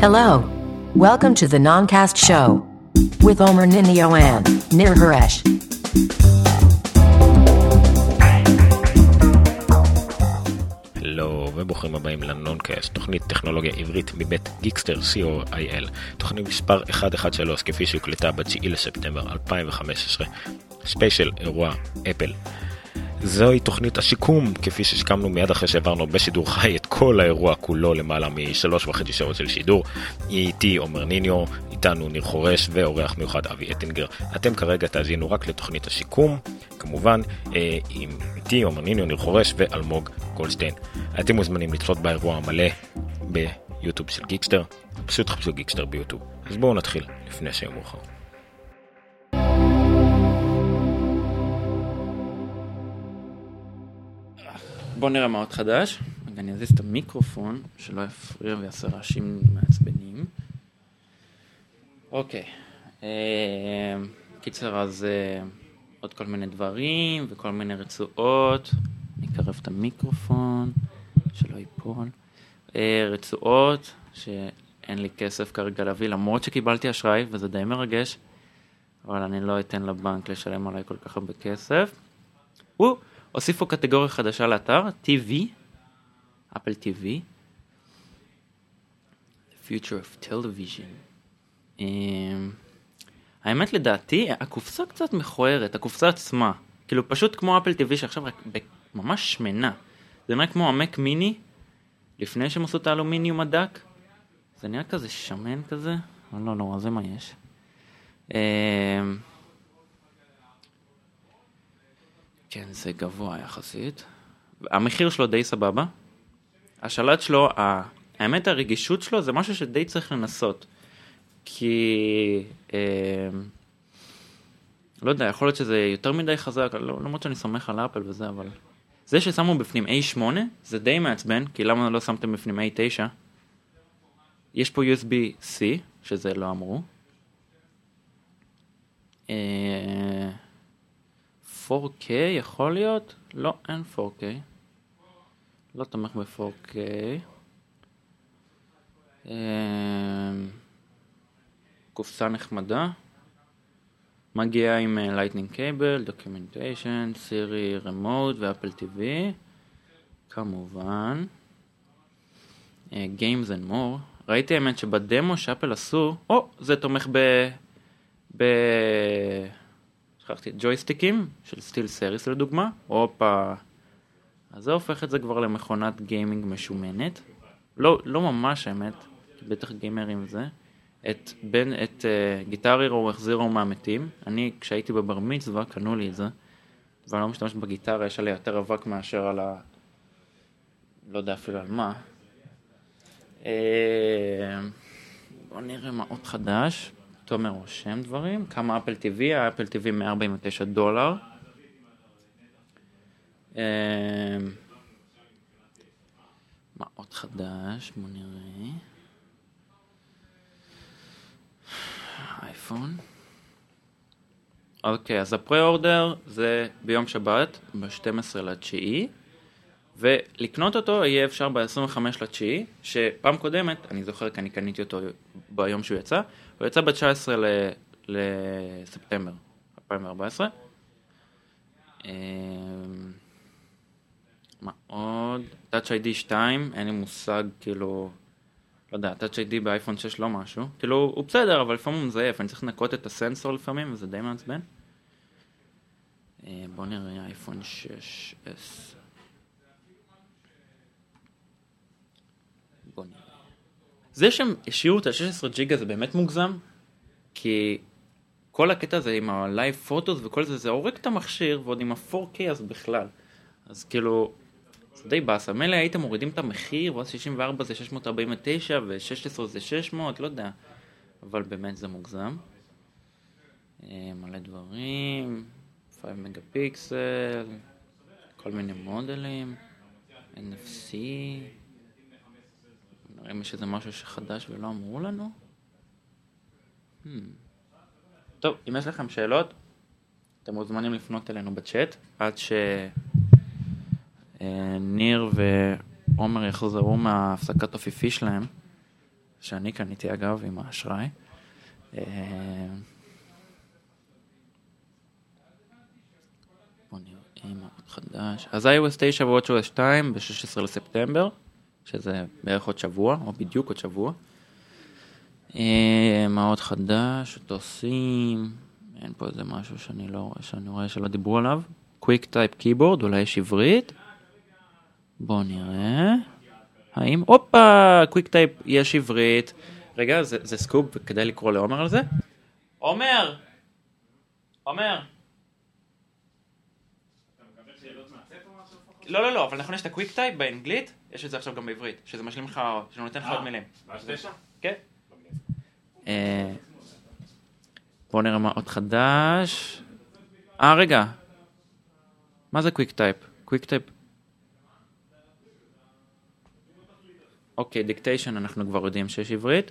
Hello. Welcome to the Noncast Show with Omer Ninio and Nir Haresh. הלו וברוכים הבאים לנונקאסט, תוכנית טכנולוגיה עברית מבית גיקסטר co.il, תוכנית מספר 113 כפי שהוקלטה ב9 לספטמבר 2015, ספיישל אירוע אפל. זוהי תוכנית השיקום, כפי ששקמנו מיד אחרי שעברנו בשידור חי את כל האירוע כולו למעלה מ3.5 שעות של שידור. איתי עומר ניניו, איתנו ניר חורש ואורח מיוחד אבי אטינגר. אתם כרגע תאזינו רק לתוכנית השיקום, כמובן עם איתי עומר ניניו, ניר חורש ואלמוג גולדשטיין. אתם מוזמנים לצפות באירוע המלא ביוטיוב של גיקסטר, פשוט חפשו גיקסטר ביוטיוב. אז בואו נתחיל לפני שיום מאוחר. בוא נראה מה עוד חדש. אני אזיז את המיקרופון שלא יפריע ויעשה רעשים מעצבנים. אוקיי. קיצר, אז עוד כל מיני דברים וכל מיני רצועות. אני אקרב את המיקרופון שלא ייפול. רצועות שאין לי כסף כרגע להביא, למרות שקיבלתי אשראי וזה די מרגש, אבל אני לא אתן לבנק לשלם עליי כל כך הרבה כסף. הוסיפו קטגוריה חדשה לאתר, TV, אפל TV, The Future of Television. האמת לדעתי, הקופסה קצת מכוערת, הקופסה עצמה, כאילו פשוט כמו אפל TV שעכשיו רק ממש שמנה. זה נראה כמו המק מיני, לפני שהם עשו את האלומיניום הדק, זה נראה כזה שמן כזה, אבל לא, זה מה יש. כן, זה גבוה יחסית. המחיר שלו די סבבה. השלט שלו, האמת הרגישות שלו זה משהו שדי צריך לנסות. כי, לא יודע, יכול להיות שזה יותר מדי חזק, למרות שאני סומך על אפל וזה, אבל זה ששמו בפנים A8, זה די מעצבן, כי למה לא שמתם בפנים A9? יש פה USB-C, שזה לא אמרו. 4K יכול להיות? לא, אין 4K. לא תומך ב-4K. קופסה נחמדה. מגיעה עם Lightning Cable, Documentation, Siri, Remote ואפל TV. כמובן. Games and More. ראיתי האמת שבדמו שאפל עשו, זה תומך שכחתי, ג'ויסטיקים של סטיל סריס לדוגמה, אז זה הופך את זה כבר למכונת גיימינג משומנת, לא ממש האמת, בטח גיימרים זה, את גיטר הירו החזירו מהמתים, אני כשהייתי בבר מצווה קנו לי את זה, ואני לא משתמש בגיטרה, יש עליה יותר אבק מאשר על לא יודע אפילו על מה. בואו נראה מה עוד חדש. תומר רושם דברים, כמה אפל TV, האפל TV $149. מה עוד חדש? בוא נראה. אייפון. אוקיי, אז הפרי-אורדר זה ביום שבת, ב-12/9, ולקנות אותו יהיה אפשר ב-25/9, שפעם קודמת, אני זוכר כי אני קניתי אותו ביום שהוא יצא, הוא יצא ב-19 לספטמבר 2014. מה עוד? Touch ID 2, אין לי מושג, כאילו, לא יודע, Touch ID באייפון 6 לא משהו, כאילו, הוא בסדר, אבל לפעמים הוא מזייף, אני צריך לנקות את הסנסור לפעמים, וזה די מעצבן. בוא נראה, אייפון 6S. בוא נראה. זה שהם השאירו את ה-16 ג'יגה זה באמת מוגזם, כי כל הקטע הזה עם הלייב פוטוס וכל זה, זה הורג את המכשיר, ועוד עם ה-4K אז בכלל. אז כאילו, זה די בסה. מלא הייתם מורידים את המחיר, ואז 64 זה 649, ו-16 זה 600, לא יודע. אבל באמת זה מוגזם. מלא דברים, 5 מגה פיקסל, כל מיני מודלים, NFC, נראה אם יש איזה משהו שחדש ולא אמרו לנו. טוב, אם יש לכם שאלות, אתם מוזמנים לפנות אלינו בצ'אט, עד שניר ועומר יחזרו מההפסקת אופיפי שלהם, שאני קניתי אגב עם האשראי. בוא נראה מה עוד חדש. אז iOS 9 ו-WatchOS 2 ב-16 לספטמבר, שזה בערך עוד שבוע, או בדיוק עוד שבוע. מה עוד חדש? תוסעים, אין פה איזה משהו שאני רואה שלא דיברו עליו. Quick Type Keyboard, אולי יש עברית. בואו נראה. האם, הופה, Quick Type יש עברית. רגע, זה סקופ, וכדאי לקרוא לעומר על זה. עומר! עומר! לא, אבל נכון, יש את ה-Quick Type באנגלית, יש את זה עכשיו גם בעברית, שזה משלים לך, שזה נותן לך עוד מילים. כן. בואו נראה מה עוד חדש. רגע. מה זה Quick Type? Quick Type. אוקיי, דיקטיישן אנחנו כבר יודעים שיש עברית.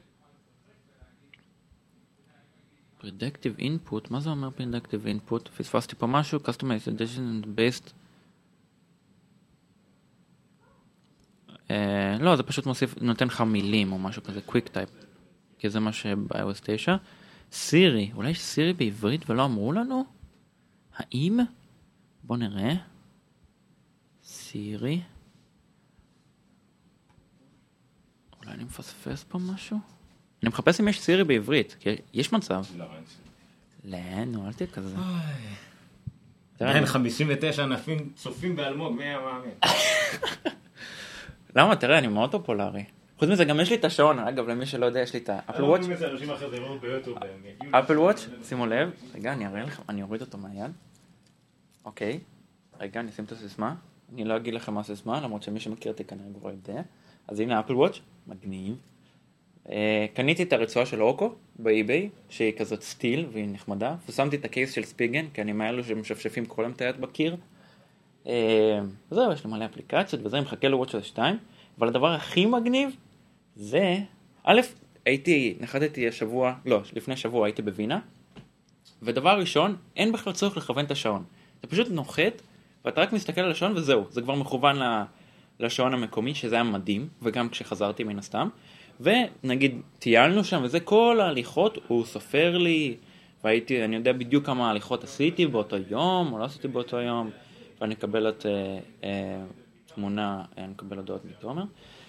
Predictive Input, מה זה אומר Predictive Input? פספסתי פה משהו, Customized Edition and Based. לא, זה פשוט מוסיף, נותן לך מילים או משהו כזה, Quick Type. כי זה מה שב-iOS 9. סירי, אולי יש סירי בעברית ולא אמרו לנו? האם? בוא נראה. סירי. אולי אני מפספס פה משהו? אני מחפש אם יש סירי בעברית, כי יש מצב. לא, נו, אל תהיה כזה. אין 59 ענפים צופים באלמוג, מי היה מאמין? למה? תראה, אני מאוד פופולרי. חוץ מזה, גם יש לי את השעון, אגב, למי שלא יודע, יש לי את האפל וואץ'. אפל וואץ', שימו לב. רגע, אני אראה לכם, אני אוריד אותו מהיד. אוקיי. רגע, אני אשים את הסיסמה. אני לא אגיד לכם מה הסיסמה, למרות שמי שמכיר אותי כנראה כבר יודע. אז הנה אפל וואץ', מגניב. קניתי את הרצועה של אוקו באי-ביי, שהיא כזאת סטיל והיא נחמדה, ושמתי את הקייס של ספיגן, כי אני מאלו שמשפשפים כל היום את היד בקיר. וזהו, יש לי מלא אפליקציות, וזה מחכה ל-WatchOS 2, אבל הדבר הכי מגניב, זה, נחתתי לפני שבוע הייתי בווינה, ודבר ראשון, אין בכלל צורך לכוון את השעון. אתה פשוט נוחת, ואתה רק מסתכל על השעון וזהו, זה כבר מכוון לשעון המקומי, שזה היה מדהים, וגם כשחזרתי מן הסתם, ונגיד טיילנו שם, וזה כל ההליכות, הוא סופר לי, אני יודע בדיוק כמה הליכות עשיתי באותו יום, או לא עשיתי באותו יום, ואני אקבל את תמונה, אני אקבל הודעות מתומר.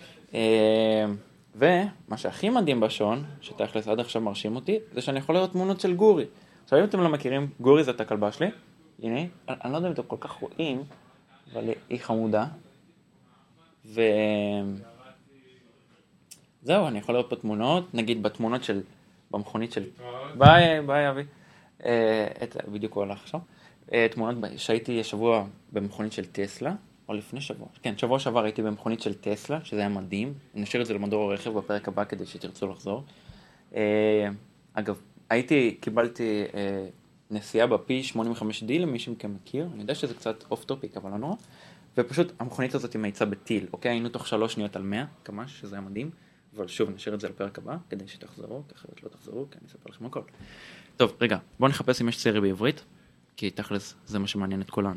ומה שהכי מדהים בשעון, שתכלס עד עכשיו מרשים אותי, זה שאני יכול לראות תמונות של גורי. עכשיו אם אתם לא מכירים, גורי זאת הכלבה שלי, הנה, אני לא יודע אם אתם כל כך רואים, אבל היא חמודה. וזהו, אני יכול לראות פה תמונות, נגיד בתמונות במכונית של... ביי אבי. בדיוק הוא הלך עכשיו. תמונות שהייתי שבוע במכונית של טסלה, או לפני שבוע. כן, שבוע שעבר הייתי במכונית של טסלה, שזה היה מדהים. נשאיר את זה למדור הרכב בפרק הבא כדי שתרצו לחזור. אגב, קיבלתי נסיעה ב-P85D למי שמכם מכיר. אני יודע שזה קצת אוף טופיק, אבל לא נורא. ופשוט המכונית הזאת היא מאיצה בטיל, אוקיי? היינו תוך 3 שניות על 100, כמש, שזה היה מדהים. אבל שוב, נשאיר את זה לפרק הבא, כדי שתחזרו, אחרת לא תחזרו, כי אני אספר לכם הכל. טוב, רגע, בואו נחפש אם יש סירי בעברית, כי תכלס זה מה שמעניין את כולנו.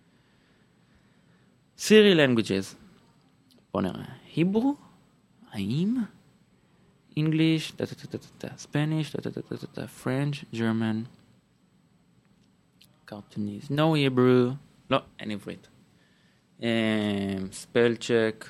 סירי languages. בואו נראה. היברו? האם? English, Spanish, French, German, Cartoonese, no Hebrew, לא, אין עברית. spell check.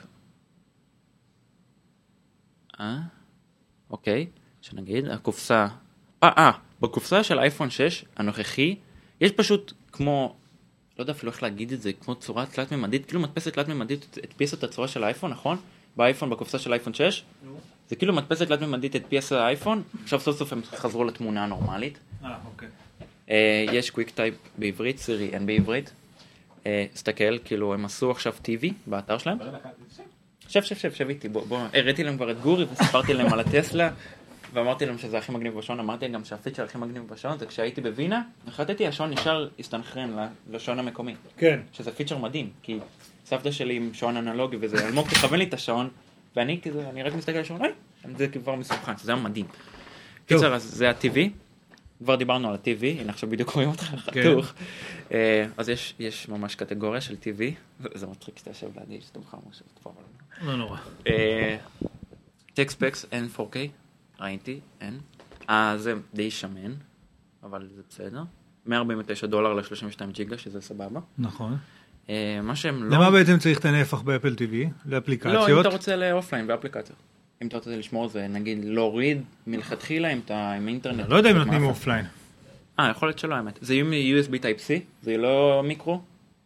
אוקיי, שנגיד, הקופסה, בקופסה של אייפון 6 הנוכחי, יש פשוט כמו, לא יודע אפילו איך להגיד את זה, כמו צורה תלת ממדית, כאילו מדפסת תלת ממדית הדפיסה את הצורה של האייפון, נכון? באייפון, בקופסה של אייפון 6, זה כאילו מדפסת תלת ממדית הדפיסה האייפון, עכשיו סוף סוף הם חזרו לתמונה הנורמלית. אוקיי. יש קוויק טייפ בעברית, סירי אין בעברית. סתכל, כאילו הם עשו עכשיו TV באתר שלהם. שב איתי, בוא, הראיתי להם כבר את גורי וסיפרתי להם על הטסלה ואמרתי להם שזה הכי מגניב בשעון, אמרתי להם גם שהפיצ'ר הכי מגניב בשעון זה כשהייתי בווינה, החלטתי השעון נשאר הסתנכרן לשעון המקומי. כן. שזה פיצ'ר מדהים, כי סבתא שלי עם שעון אנלוגי וזה, אלמוג תכוון לי את השעון ואני כזה, אני רק מסתכל על השעון, זה כבר מסוכן, זה היה מדהים. פיצ'ר, אז זה ה-TV, כבר דיברנו על ה-TV, הנה עכשיו בדיוק רואים אותך חתוך. אז יש ממש קטגוריה של TV, זה מצחיק שאתה יושב לידי, שאתה בכלל משהו טוב. לא נורא. טקספקס אין 4K, ראיתי, אין. זה די שמן, אבל זה בסדר. $149 ל-32 ג'יגה, שזה סבבה. נכון. מה שהם לא... למה בעצם צריך את הנפח באפל TV? לאפליקציות? לא, אם אתה רוצה לאופליין באפליקציות. אם אתה רוצה לשמור זה, נגיד, להוריד מלכתחילה עם אינטרנט. לא יודע אם נותנים אופליין. יכול להיות שלא, האמת. זה יהיה USB Type-C, זה לא מיקרו?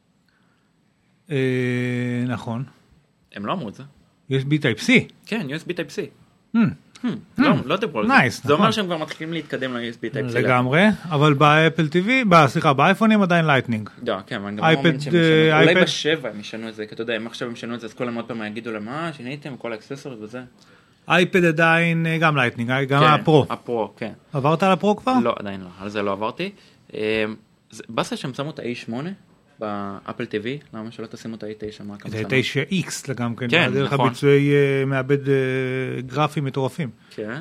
נכון. הם לא אמרו את זה. USB Type-C? כן, USB Type-C. לא דיברו על זה. זה אומר שהם כבר מתחילים להתקדם ל-USB Type-C. לגמרי, אבל באפל TV, סליחה, באייפונים עדיין לייטנינג. כן, אני גם לא מאמין שהם ישנו. אולי בשבע הם ישנו את זה, כי אתה יודע, אם עכשיו הם ישנו את זה, אז כל עוד פעם יגידו למה, שיניתם, כל האקססורים וזה. אייפד עדיין גם לייטנינג, גם הפרו. הפרו, כן. עברת על הפרו כבר? לא, עדיין לא, על זה לא עברתי. בסה שהם שמו את ה-A8 באפל TV, למה שלא תשימו את ה-A9? את ה-A9X גם כן, כן, דרך נכון. הביצועי מעבד גרפיים מטורפים. כן.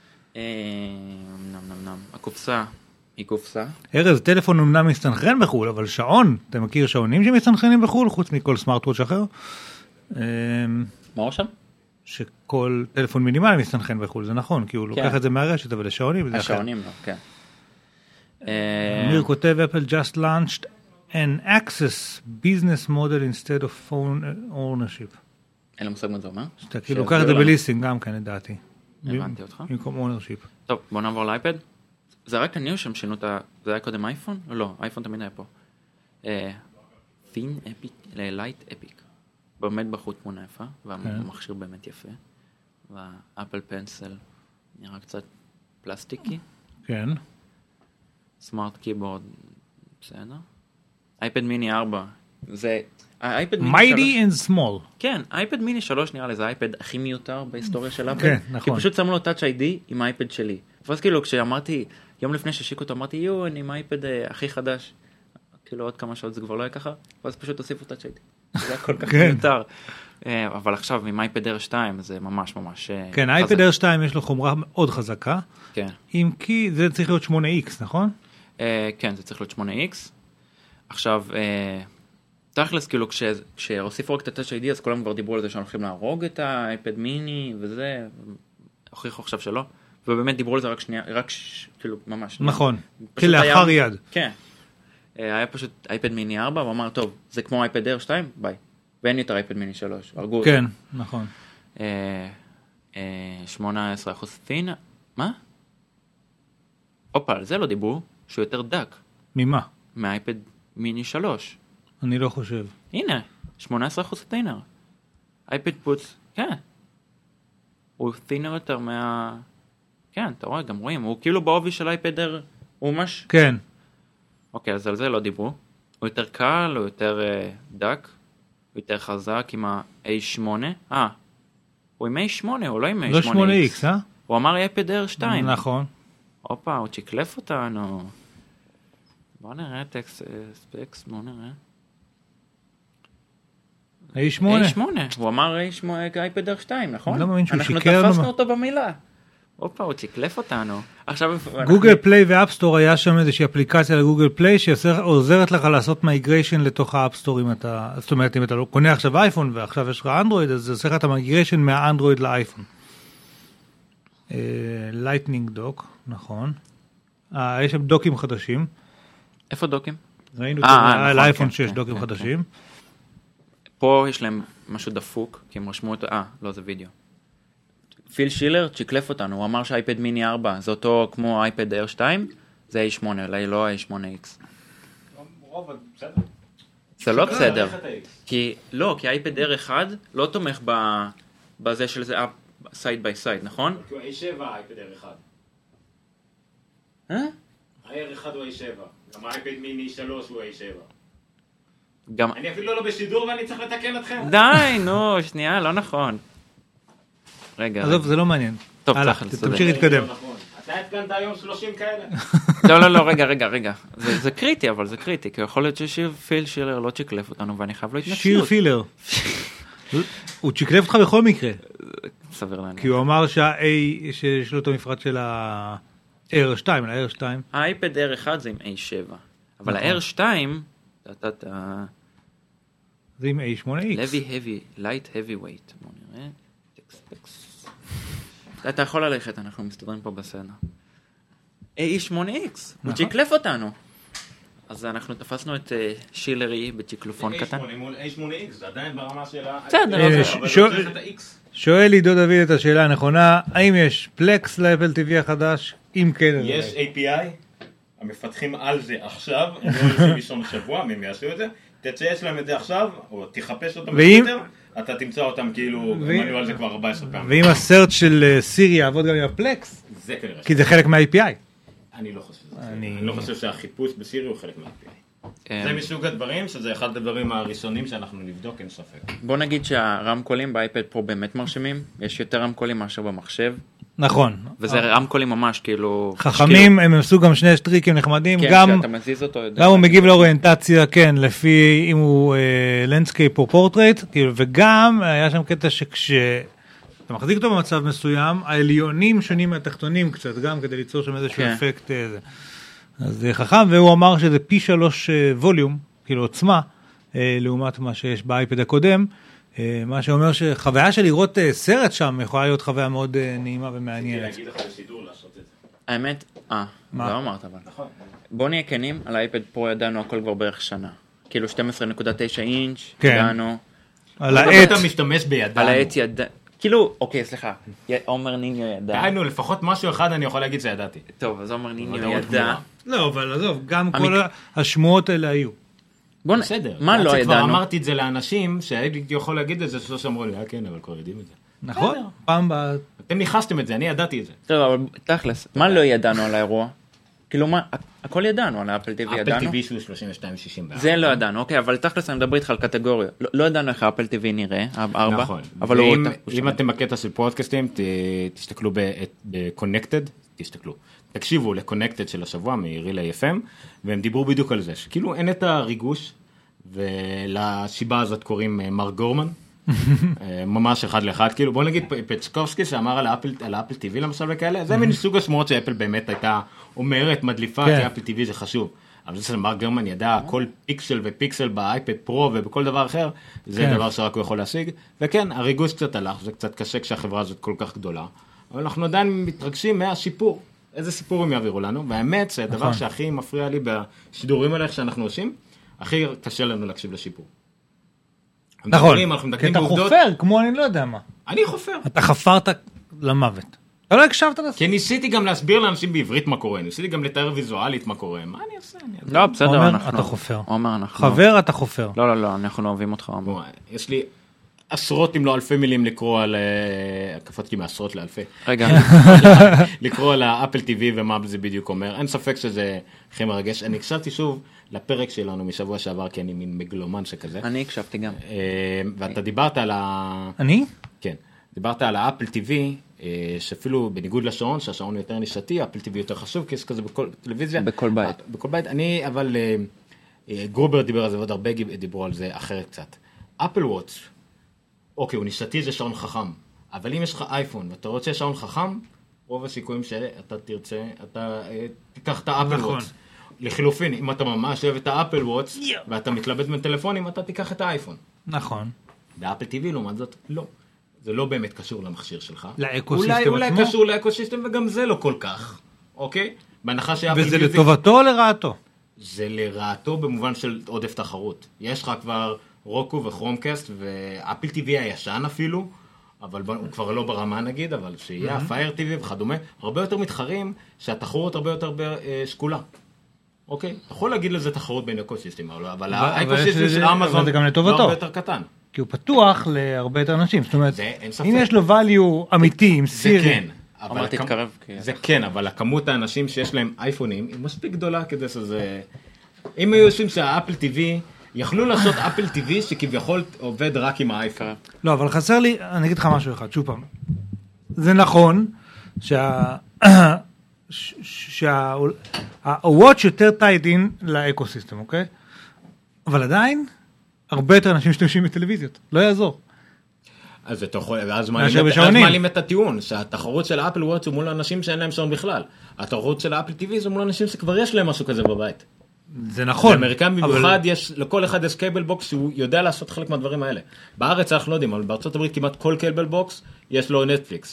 הקופסה היא קופסה. ארז, טלפון אמנם מסתנכרן בחול, אבל שעון, אתה מכיר שעונים שמסתנכרנים בחול, חוץ מכל סמארט-וואץ' אחר? מה שם? שכל טלפון מינימלי מסתנכרן בחול, זה נכון, כי הוא לוקח את זה מהרשת, אבל השעונים זה אחר. השעונים לא, כן. אמיר כותב, Apple just launched an access business model instead of phone ownership. אין לי מושג מה זה אומר. שאתה כאילו לוקח את זה בליסינג גם כן, לדעתי. הבנתי אותך. במקום ownership. טוב, בוא נעבור לאייפד. זה רק אני שהם שינו את ה... זה היה קודם אייפון? לא, אייפון תמיד היה פה. Thin Epic, Light Epic. באמת בחוט תמונה יפה, והמכשיר באמת יפה. והאפל פנסל נראה קצת פלסטיקי. כן. סמארט קיבורד, בסדר. אייפד מיני 4, זה... Mighty and small. כן, אייפד מיני 3 נראה לי, זה האייפד הכי מיותר בהיסטוריה של אפל. כן, נכון. כי פשוט שמו לו Touch ID עם האייפד שלי. ואז כאילו כשאמרתי, יום לפני ששיק אותו, אמרתי, אני עם האייפד הכי חדש. כאילו עוד כמה שעות זה כבר לא היה ככה, ואז פשוט הוסיפו Touch ID. זה היה כל כך מיותר. אבל עכשיו עם אייפד Air 2 זה ממש ממש... כן, האייפד Air 2 יש לו חומרה מאוד חזקה. כן. אם כי זה צריך להיות 8X, נכון? כן, זה צריך להיות 8X. עכשיו, תכלס, כאילו, כשהוסיפו רק את ה-Touch ID, אז כולם כבר דיברו על זה שהולכים להרוג את האייפד מיני, וזה, הוכיחו עכשיו שלא. ובאמת דיברו על זה רק שנייה, כאילו, ממש. נכון, כלאחר יד. כן. היה פשוט אייפד מיני 4, הוא אמר, טוב, זה כמו אייפד Air 2, ביי. ואין יותר אייפד מיני 3, הרגו אותי. כן, נכון. 18% thin, מה? הופה, על זה לא דיברו, שהוא יותר דק. ממה? מהאייפד מיני 3. אני לא חושב. הנה, 18% thinner. אייפד פוץ, כן. הוא thinner יותר כן, אתה רואה, גם רואים. הוא כאילו בעובי של אייפד Air, הוא ממש... כן. אוקיי, אז על זה לא דיברו. הוא יותר קל, הוא יותר דק, הוא יותר חזק עם ה-A8. הוא עם A8, הוא לא עם A8X. לא 8X, אה? הוא אמר אייפד Air 2. נכון. הופה, הוא צ'יקלף אותנו. בוא נראה טקסט ספקס, בוא נראה. A8. A8, הוא אמר אייפד Air 2, נכון? לא מאמין שהוא אנחנו שיקר. תפסנו אותו במילה. הופה, הוא צ'יקלף אותנו. עכשיו... גוגל פליי ואפסטור היה שם איזושהי אפליקציה לגוגל פליי שעוזרת לך לעשות מייגריישן לתוך האפסטור אם אתה... זאת אומרת, אם אתה לא קונה עכשיו אייפון ועכשיו יש לך אנדרואיד, אז זה עושה לך את המייגריישן מהאנדרואיד לאייפון. לייטנינג דוק, נכון. יש שם דוקים חדשים. איפה דוקים? ראינו על האייפון 6 דוקים חדשים. פה יש להם משהו דפוק, כי הם רשמו אותו, לא, זה וידאו. פיל שילר צ'יקלף אותנו, הוא אמר שהאייפד מיני 4 זה אותו כמו אייפד Air 2, זה A8, אולי לא ה-A8X. זה לא בסדר. כי האייפד Air 1 לא תומך בזה של זה סייד ביי סייד, נכון? כי הוא A7 האייפד Air 1. ה-Air 1 הוא A7, גם האייפד מיני 3 הוא A7. אני אפילו לא בשידור ואני צריך לתקן אתכם. די, נו, שנייה, לא נכון. רגע. עזוב, זה לא מעניין. טוב, תמשיך להתקדם. אתה התקנת היום 30 כאלה. לא, רגע. זה קריטי, אבל זה קריטי, כי יכול להיות שפיל שילר לא צ'יקלף אותנו, ואני חייב לו התנצלות. שיר פילר. הוא צ'יקלף אותך בכל מקרה. סביר להניח. כי הוא אמר שיש לו את המפרט של ה-R2, ה-R2. האייפד Air 1 זה עם A7, אבל ה-R2, זה עם A8X. light heavy weight, בוא נראה. אתה יכול ללכת, אנחנו מסתדרים פה בסדר. AE8X, הוא צ'יקלף אותנו. אז אנחנו תפסנו את שילרי בצ'יקלופון קטן. A8 מול A8X, זה עדיין ברמה של שואל עידו דוד את השאלה הנכונה, האם יש פלקס לאפל TV החדש? אם כן, יש API, המפתחים על זה עכשיו, הם לא הולכים לישון שבוע, הם יעשו את זה, תצייץ להם את זה עכשיו, או תחפש אותם בטוויטר, אתה תמצא אותם כאילו, הם עלו על זה כבר 14 פעמים. ואם הסרט של סירי יעבוד גם עם הפלקס? זה כנראה. כי זה חלק מה-API. אני לא חושב שזה. אני לא חושב שהחיפוש בסירי הוא חלק מה-API. זה מסוג הדברים, שזה אחד הדברים הראשונים שאנחנו נבדוק, אין ספק. בוא נגיד שהרמקולים באייפד פרו באמת מרשימים, יש יותר רמקולים מאשר במחשב. נכון. וזה רמקולים ממש כאילו... חכמים, הם עשו גם שני טריקים נחמדים, כן, גם שאתה מזיז אותו... גם הוא מגיב לאוריינטציה, כן, לפי אם הוא לנדסקייפ או פורטרייט, וגם היה שם קטע אתה מחזיק אותו במצב מסוים, העליונים שונים מהתחתונים קצת, גם כדי ליצור שם איזשהו אפקט. אז זה חכם, והוא אמר שזה פי 3 ווליום, כאילו עוצמה, לעומת מה שיש באייפד הקודם, מה שאומר שחוויה של לראות סרט שם יכולה להיות חוויה מאוד נעימה ומעניינת. להגיד לך בשידור לעשות את זה. האמת, לא אמרת אבל. נכון. בוא נהיה כנים, על האייפד פרו ידענו הכל כבר בערך שנה. כאילו 12.9 אינץ', ידענו. על העט. אתה משתמש בידענו. על העט ידענו. כאילו, אוקיי, סליחה, עומר ניניו ידע. דיינו, לפחות משהו אחד אני יכול להגיד שידעתי. טוב, אז עומר ניניו ידע. לא, אבל עזוב, גם כל השמועות האלה היו. בסדר. מה לא ידענו? כבר אמרתי את זה לאנשים, שהייתי יכול להגיד את זה, שאמרו לי, כן, אבל כבר יודעים את זה. נכון, פעם אתם ניחסתם את זה, אני ידעתי את זה. טוב, אבל תכלס, מה לא ידענו על האירוע? כאילו מה, הכל ידענו על האפל TV, ידענו? אפל TV שהוא 32.64. זה לא ידענו, אוקיי, אבל תכלס אני מדבר איתך על קטגוריה. לא ידענו איך האפל TV נראה, הארבע. נכון. אבל אם אתם בקטע של פודקאסטים, תסתכלו ב-Connected, תקשיבו ל-Connected של השבוע, מרילי FM, והם דיברו בדיוק על זה, שכאילו אין את הריגוש, ולשיבה הזאת קוראים מר גורמן, ממש אחד לאחד, כאילו בוא נגיד פצ'קובסקי שאמר על האפל TV למשל וכאלה, זה מין סוג השמועות שאפל באמת הייתה אומרת, מדליפה, כי אפל TV זה חשוב, אבל זה שמר גרמן ידע כל פיקסל ופיקסל באייפד פרו ובכל דבר אחר, זה דבר שרק הוא יכול להשיג, וכן, הריגוש קצת הלך, זה קצת קשה כשהחברה הזאת כל כך גדולה, אבל אנחנו עדיין מתרגשים מהשיפור, איזה סיפור הם יעבירו לנו, והאמת זה הדבר שהכי מפריע לי בשידורים האלה שאנחנו עושים, הכי קשה לנו להקשיב לשיפור. נכון, כי אתה חופר, כמו אני לא יודע מה. אני חופר. אתה חפרת למוות. אתה לא הקשבת לזה? כי ניסיתי גם להסביר לאנשים בעברית מה קורה, ניסיתי גם לתאר ויזואלית מה קורה, מה אני עושה? לא, בסדר, אנחנו... אתה חופר. עומר, אנחנו... חבר, אתה חופר. לא, לא, אנחנו אוהבים אותך, עומר. יש לי עשרות אם לא אלפי מילים לקרוא על... קפצתי מעשרות לאלפי. רגע. לקרוא על האפל TV ומה זה בדיוק אומר. אין ספק שזה הכי מרגש. אני הקשבתי שוב לפרק שלנו משבוע שעבר, כי אני מין מגלומן שכזה. אני הקשבתי גם. ואתה דיברת על אני? כן. דיברת על האפל TV, שאפילו בניגוד לשעון, שהשעון יותר נישתי, האפל TV יותר חשוב, כי יש כזה בכל טלוויזיה. בכל בית. בכל בית. אבל גרובר דיבר על זה, ועוד הרבה דיברו על זה אחרת קצת. אפל וואץ', אוקיי, הוא נישתי, זה שעון חכם. אבל אם יש לך אייפון, ואתה רוצה שעון חכם, רוב הסיכויים שאתה תרצה, אתה תיקח את האפל וואץ'. לחילופין, אם אתה ממש אוהב את האפל וואץ', ואתה מתלבט בין טלפונים, אתה תיקח את האייפון. נכון. באפל TV, לעומת זאת, לא. זה לא באמת קשור למכשיר שלך. לאקוסיסטם עצמו? אולי קשור לאקוסיסטם, וגם זה לא כל כך. אוקיי? בהנחה שאפל TV... וזה לטובתו או לרעתו? זה לרעתו במובן של עודף תחרות. יש לך כבר רוקו וכרומקאסט, ואפל TV הישן אפילו, אבל הוא כבר לא ברמה נגיד, אבל שיהיה פייר TV וכדומה, הרבה יותר מתחרים, שהתחרות הרבה יותר שקולה. אוקיי? יכול להגיד לזה תחרות בין אקוסיסטים, אבל האקוסיסטם של אמזון לא הרבה יותר קטן. כי הוא פתוח להרבה יותר אנשים, זאת אומרת, אם יש לו value אמיתי עם סירי, זה כן, אבל תתקרב. זה כן, אבל הכמות האנשים שיש להם אייפונים היא מספיק גדולה כדי שזה... אם היו עושים שהאפל TV, יכלו לעשות אפל TV שכביכול עובד רק עם האייפון. לא, אבל חסר לי, אני אגיד לך משהו אחד, שוב פעם. זה נכון שה-Watch יותר tied in לאקוסיסטם, אוקיי? אבל עדיין, הרבה יותר אנשים משתמשים בטלוויזיות, לא יעזור. אז אתה יכול, ואז מעלים את הטיעון, שהתחרות של האפל וואץ' הוא מול אנשים שאין להם שעון בכלל. התחרות של האפל TV זה מול אנשים שכבר יש להם משהו כזה בבית. זה נכון. באמריקאים במיוחד לכל אחד יש קייבל בוקס שהוא יודע לעשות חלק מהדברים האלה. בארץ אנחנו לא יודעים, אבל בארצות הברית כמעט כל קייבל בוקס יש לו נטפליקס.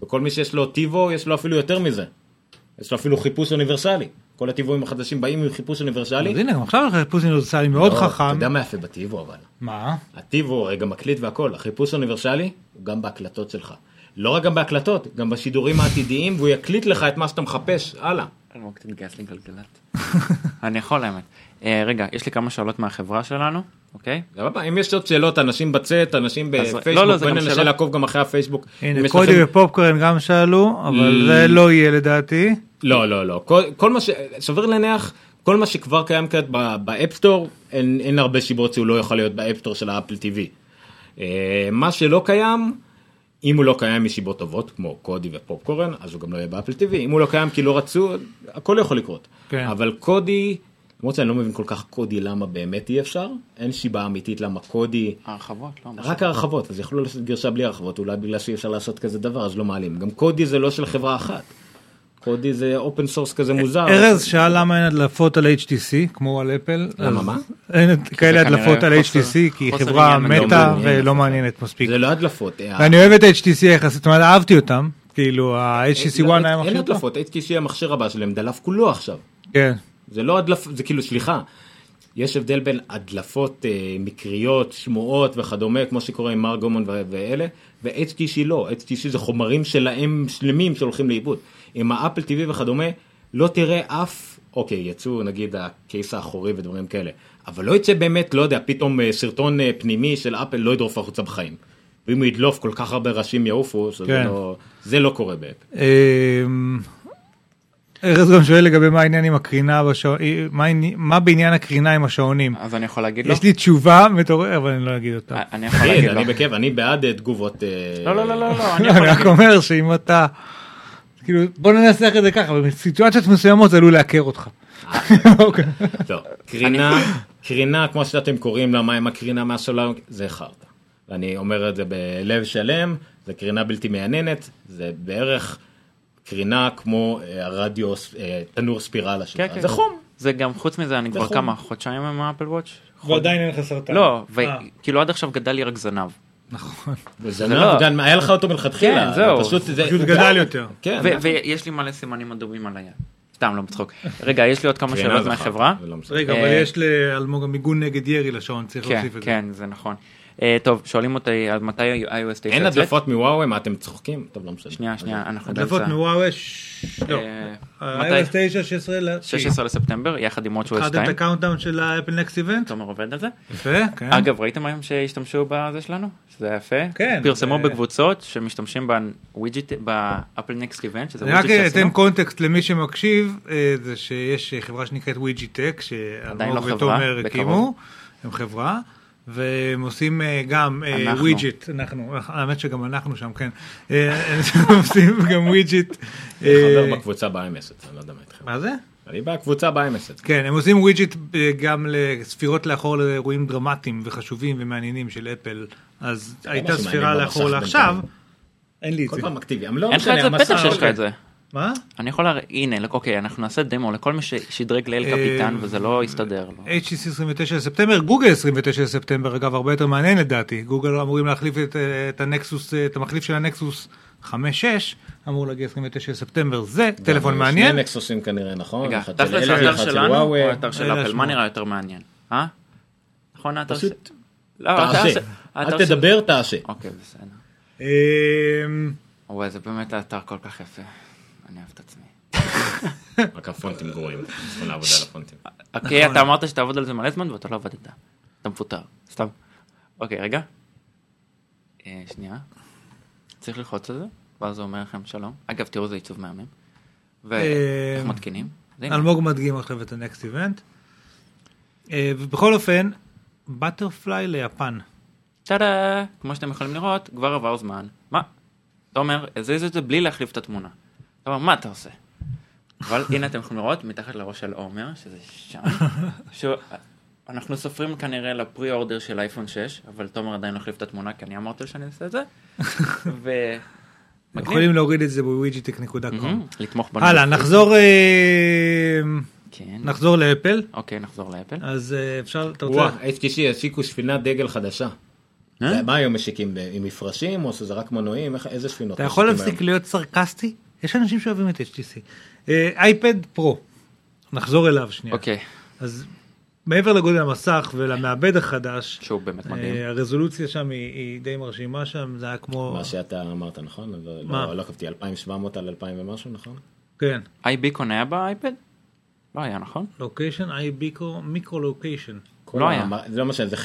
וכל מי שיש לו טיבו, יש לו אפילו יותר מזה. יש לו אפילו חיפוש אוניברסלי. כל הטיבואים החדשים באים עם חיפוש אוניברסלי. אז הנה, גם עכשיו חיפוש אוניברסלי מאוד חכם. אתה יודע מה יפה בטיבו, אבל. מה? הטיבו, רגע מקליט והכל. החיפוש אוניברסלי הוא גם בהקלטות שלך. לא רק גם בהקלטות, גם בשידורים העתידיים, והוא יקליט לך את מה שאתה מחפש. הלאה. אלמוג, תתגייס לי גלגלת. אני יכול, האמת. רגע, יש לי כמה שאלות מהחברה שלנו, אוקיי? אם יש עוד שאלות, אנשים בצאת, אנשים בפייסבוק, בואי ננסה לעקוב גם אחרי הפייסבוק. הנה, קודי ופופקורן גם שאלו, אבל זה לא יהיה לדעתי. לא. כל מה שבר להניח, כל מה שכבר קיים כעת באפסטור, אין הרבה שיבות שהוא לא יכול להיות באפסטור של האפל TV. מה שלא קיים, אם הוא לא קיים משיבות טובות, כמו קודי ופופקורן, אז הוא גם לא יהיה באפל TV. אם הוא לא קיים כי לא רצו, הכל יכול לקרות. אבל קודי, למרות שאני לא מבין כל כך קודי למה באמת אי אפשר, אין שיבה אמיתית למה קודי... הרחבות, לא. רק הרחבות, אז יכולו לעשות גרשה בלי הרחבות, אולי בגלל שאי אפשר לעשות כזה דבר, אז לא מעלים. גם קודי זה לא של חברה אחת. קודי זה אופן סורס כזה מוזר. ארז שאל למה אין הדלפות על HTC, כמו על אפל. למה מה? אין כאלה הדלפות על HTC, כי היא חברה מתה ולא מעניינת מספיק. זה לא הדלפות. ואני אוהב את HTC יחסית, זאת אומרת, אהבתי אותם. כאילו, ה-HTC One היה מכשיר אין הדלפות, HTC המכשיר הבא שלהם, דלף כולו עכשיו. כן. זה לא הדלפות, זה כאילו, סליחה. יש הבדל בין הדלפות מקריות, שמועות וכדומה, כמו שקורה עם מר גומון ואלה, ו-HTC לא. HTC זה חומרים שלהם שלמים שהולכים לאיבוד. עם האפל TV וכדומה, לא תראה אף, אוקיי, יצאו נגיד הקייס האחורי ודברים כאלה, אבל לא יצא באמת, לא יודע, פתאום סרטון פנימי של אפל לא ידרוף החוצה בחיים. ואם הוא ידלוף כל כך הרבה ראשים יעופו, זה לא קורה באפל. ארז גם שואל לגבי מה העניין עם הקרינה, מה בעניין הקרינה עם השעונים? אז אני יכול להגיד לו? יש לי תשובה מטורפת, אבל אני לא אגיד אותה. אני יכול להגיד לו. אני בכיף, אני בעד תגובות... לא, אני רק אומר שאם אתה... כאילו, בוא ננסח את זה ככה, בסיטואציות מסוימות זה עלול להכר אותך. לא, קרינה, כמו שאתם קוראים לה, מה עם הקרינה מהסולר, זה חרטה. ואני אומר את זה בלב שלם, זה קרינה בלתי מעניינת, זה בערך קרינה כמו הרדיו, תנור ספירלה שלך. זה חום. זה גם, חוץ מזה, אני כבר כמה חודשיים עם האפל וואץ'. ועדיין אין לך סרטן. לא, וכאילו עד עכשיו גדל לי רק זנב. נכון. וזנב, גם היה לך אותו מלכתחילה. כן, זהו. פשוט גדל יותר. ויש לי מלא סימנים אדומים על היד. סתם, לא מצחוק. רגע, יש לי עוד כמה שאלות מהחברה. רגע, אבל יש לאלמוג מיגון נגד ירי לשעון, צריך להוסיף את זה. כן, זה נכון. טוב, שואלים אותי עד מתי iOS 9 אין הדלפות מוואוי, מה אתם צוחקים? טוב, לא משנה. שנייה, אנחנו הדלפות מוואוי, לא. iOS 9, 16 לספטמבר, יחד עם WatchOS 2. התחלת את הקאונטדאון של האפל נקסט איבנט? תומר עובד על זה. יפה, כן. אגב, ראיתם היום שהשתמשו בזה שלנו? שזה יפה. כן. פרסמו בקבוצות שמשתמשים באפל נקסט איבנט, שזה ווידג'ט שעשינו. אני רק אתן קונטקסט למי שמקשיב, זה שיש חברה שנקראת ווידג'טק, שאלמוג ותומר הקימו, הם חברה. והם עושים גם ווידג'ט, האמת שגם אנחנו שם, כן, הם עושים גם ווידג'ט. אני חבר בקבוצה ב-iMessage, אני לא יודע מה איתכם. מה זה? אני בקבוצה ב-iMessage. כן, הם עושים ווידג'ט גם לספירות לאחור לאירועים דרמטיים וחשובים ומעניינים של אפל, אז הייתה ספירה לאחור לעכשיו, אין לי את זה. כל פעם אקטיבי. אין לך את זה בטח שיש לך את זה. מה? אני יכול הנה, אוקיי, אנחנו נעשה דמו לכל מי ששדרג לאל קפיטן, וזה לא יסתדר. HTC 29 לספטמבר, גוגל 29 לספטמבר, אגב, הרבה יותר מעניין לדעתי. גוגל אמורים להחליף את הנקסוס, את המחליף של הנקסוס 5-6, אמור להגיע 29 לספטמבר, זה טלפון מעניין. שני נקסוסים כנראה, נכון? רגע, תכל'ס האתר שלנו או האתר של אפל, מה נראה יותר מעניין? נכון, האתר של... תעשה, אל תדבר, תעשה. אוקיי, בסדר. וואי, זה באמת האתר כל כך יפה. אני אוהב את עצמי. רק הפונטים גרועים, צריכים לעבוד על הפונטים. אוקיי, אתה אמרת שתעבוד על זה מלא זמן ואתה לא עבדת. אתה מפוטר, סתם. אוקיי, רגע. שנייה. צריך ללחוץ על זה, ואז הוא אומר לכם שלום. אגב, תראו, זה עיצוב מהמם. ואיך מתקינים? אלמוג מדגים עכשיו את הנקסט איבנט. ובכל אופן, בטרפליי ליפן. טאדה! כמו שאתם יכולים לראות, כבר עבר זמן. מה? אתה אומר, הזיז את זה בלי להחליף את התמונה. אתה אומר, מה אתה עושה? אבל הנה אתם יכולים לראות, מתחת לראש של עומר, שזה שם, אנחנו סופרים כנראה לפרי אורדר של אייפון 6, אבל תומר עדיין להחליף את התמונה, כי אני אמרתי שאני אעשה את זה. יכולים להוריד את זה בווידג'טק.com. לתמוך בנו. הלאה, נחזור לאפל. אוקיי, נחזור לאפל. אז אפשר, אתה רוצה... HTC יסיקו שפינת דגל חדשה. מה היום משיקים? עם מפרשים או שזה רק מנועים? איזה ספינות? אתה יכול להפסיק להיות סרקסטי? יש אנשים שאוהבים את HTC. אייפד פרו, נחזור אליו שנייה. אוקיי. אז מעבר לגודל המסך ולמעבד החדש, שהוא באמת מדהים. הרזולוציה שם היא די מרשימה שם, זה היה כמו... מה שאתה אמרת, נכון? מה? לא קפתי 2700 על 2000 ומשהו, נכון? כן. iBeacon היה באייפד? לא היה, נכון? לוקיישן, מיקרו לוקיישן. לא היה. זה לא משנה, זה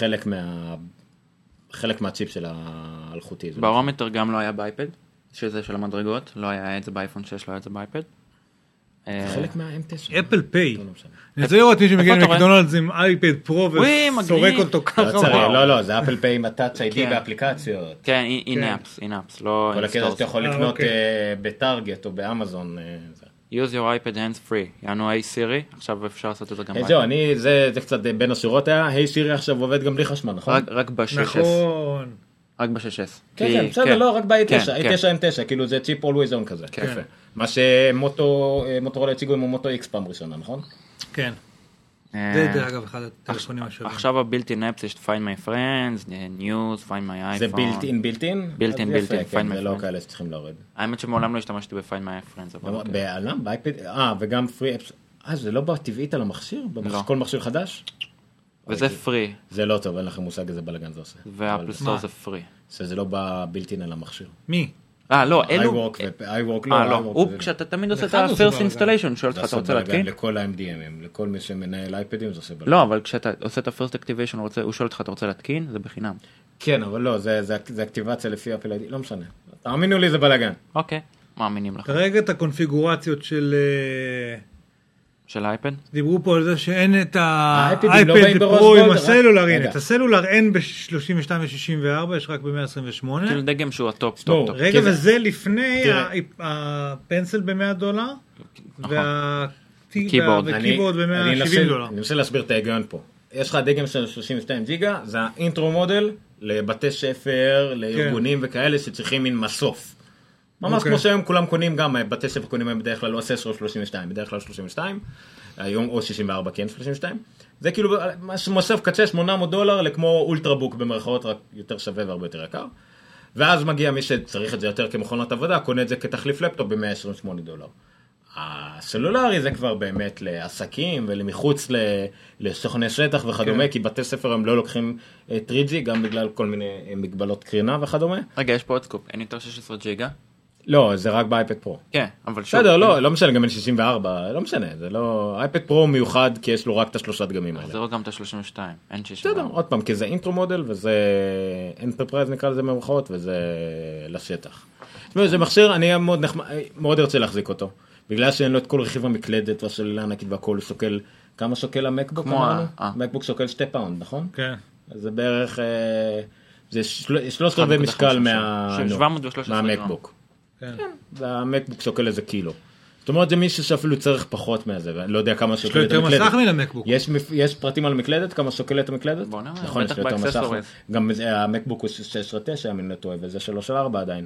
חלק מהצ'יפ של האלחוטי. ברומטר גם לא היה באייפד, שזה של המדרגות, לא היה את זה באייפון 6, לא היה את זה באייפד. חלק מה-M9. אפל פיי. אני רוצה לראות מי שמגיע למקדונלדס עם אייפד פרו וסורק אותו ככה. לא, זה אפל פיי עם הטאצ' איי-די באפליקציות. כן, אין-אפס, לא... כל הקטע שאתה יכול לקנות בטארגט או באמזון. use your iPad hands free, יענו היי סירי, עכשיו אפשר לעשות את זה גם באייפד. זהו, זה קצת בין השורות היה, היי סירי עכשיו עובד גם בלי חשמל, נכון? רק ב-6S. נכון. רק ב-6S. כן, בסדר, לא, רק ב-i9, i9 M9, כאילו זה צ'יפ always on כזה. יפה. מה שמוטורולה הציגו עם המוטו X פעם ראשונה, נכון? כן. זה אגב אחד הטלפונים השונים. עכשיו הבילטין אפס יש find my friends, news, find my iPhone. זה בילטין? בילטין, find my זה לא friends. כאלה שצריכים להוריד. האמת שמעולם לא השתמשתי ב-find my friends. בעלם? באייפד? וגם פרי אפס. זה לא בטבעית על המכשיר? כל מכשיר חדש? וזה פרי. זה לא טוב, אין לכם מושג איזה בלגן זה עושה. והאפל סטור זה פרי. זה לא בבילטין על המכשיר. מי? לא, אלו... iWork לא. הוא כשאתה תמיד עושה את ה-first installation, שואל אותך, אתה רוצה להתקין? לכל ה-MDMים, לכל מי שמנהל אייפדים זה עושה בלגן. לא, אבל כשאתה עושה את ה-first activation, הוא שואל אותך, אתה רוצה להתקין? זה בחינם. כן, אבל לא, זה אקטיבציה לפי אפל איי-די, לא משנה. תאמינו לי, זה בלגן. אוקיי, מאמינים לך. כרגע את הקונפיגורציות של האייפד? דיברו פה על זה שאין את האייפדים לא באים האייפד בראש פרו עם גולד, הסלולר, רגע. הנה, את הסלולר אין ב-32 ו-64, יש רק ב-128. כאילו דגם שהוא הטופ, לא, טופ. רגע, כי זה- וזה לפני תראה. הפנסל ב-$100, נכון. והקיבורד אני ב-$170. מנסה להסביר את ההיגיון פה. יש לך דגם של 32 ג'יגה, זה האינטרו מודל לבתי ספר, לארגונים וכאלה שצריכים מין מסוף. ממש אוקיי. כמו שהיום כולם קונים גם, בתי ספר קונים הם בדרך כלל לא 16 או 32, בדרך כלל 32, היום או 64 כן 32. זה כאילו מוסף קצה $800 לכמו אולטרבוק במרכאות, רק יותר שווה והרבה יותר יקר. ואז מגיע מי שצריך את זה יותר כמכונת עבודה, קונה את זה כתחליף לפטופ ב$128. הסלולרי זה כבר באמת לעסקים ולמחוץ לסוכני שטח וכדומה, כי בתי ספר הם לא לוקחים 3G, גם בגלל כל מיני מגבלות קרינה וכדומה. רגע, יש פה עוד סקופ, אין יותר 16 ג'יגה? לא, זה רק באייפד פרו. כן, אבל שוב. בסדר, לא משנה, גם בין 64, לא משנה, זה לא... אייפד פרו מיוחד כי יש לו רק את השלושה דגמים האלה. זה לא גם את ה-32, אין 64. בסדר, עוד פעם, כי זה אינטרו מודל וזה אנטרפרייז נקרא לזה במרכאות וזה לשטח. זאת אומרת, זה מכשיר, אני מאוד ארצה להחזיק אותו. בגלל שאין לו את כל רכיב המקלדת והשלילה הענקית והכל, שוקל, כמה שוקל המקבוק אמרנו? המקבוק שוקל 2 פאונד, נכון? כן. אז זה בערך, זה 13 משקל 713 מהמקבוק. כן. והמקבוק שוקל איזה קילו. זאת אומרת, זה מישהו שאפילו צריך פחות מזה, ואני לא יודע כמה יש לו שוקלת יותר המקלדת. מסך למקבוק. יש פרטים על המקלדת, כמה שוקלת המקלדת? בוא נראה, נכון, בטח יש לו יותר מסך. באקססוריז. גם המקבוק הוא 16.9, אני לא טועה, וזה 3.4 עדיין.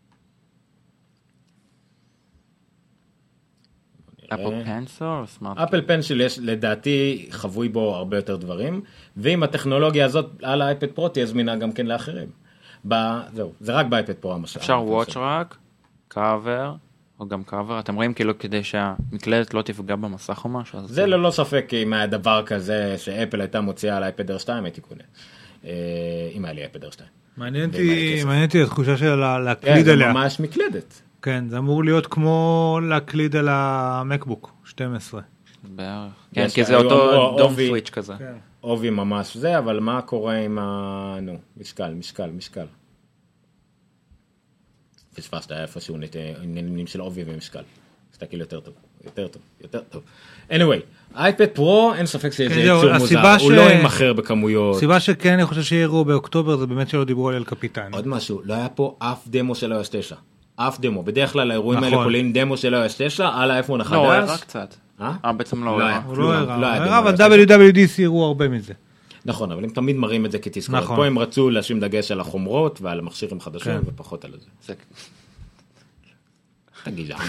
אפל פנסל או סמארט? אפל פנסיל יש לדעתי חבוי בו הרבה יותר דברים, ועם הטכנולוגיה הזאת על האייפד פרו תהיה זמינה גם כן לאחרים. זהו, זה רק באייפד פרו המשל. אפשר וואץ' רק, קאבר, או גם קאבר, אתם רואים כאילו כדי שהמקלדת לא תפגע במסך או משהו? זה ללא ספק אם היה דבר כזה שאפל הייתה מוציאה על אייפד אר 2 הייתי קונה. אם היה לי אייפד אר 2. מעניין אותי התחושה שלה להקליד זה עליה. ממש מקלדת. כן, זה אמור להיות כמו להקליד על המקבוק 12. בערך. כן, כי זה אותו דום סוויץ' כזה. אובי ממש זה, אבל מה קורה עם משקל. פספסת איפשהו עניינים של אובי ומשקל. תסתכל יותר טוב. anyway, אייפד פרו אין ספק שזה יצור מוזר, הוא לא ימחר בכמויות. הסיבה שכן אני חושב שיראו באוקטובר זה באמת שלא דיברו על אל קפיטן. עוד משהו, לא היה פה אף דמו של iOS 9. אף דמו, בדרך כלל האירועים האלה כוללים דמו של iOS 9 על האייפון החדש. לא, הראה קצת. לא בעצם לא היה. הראה. הוא לא הראה, דמו אבל iOS 9. WWDC הראו הרבה מזה. נכון, אבל הם תמיד מראים את זה כתזכורת. נכון. פה הם רצו להשים דגש על החומרות ועל המכשירים חדשים כן. ופחות על זה. זה- תגיד לי.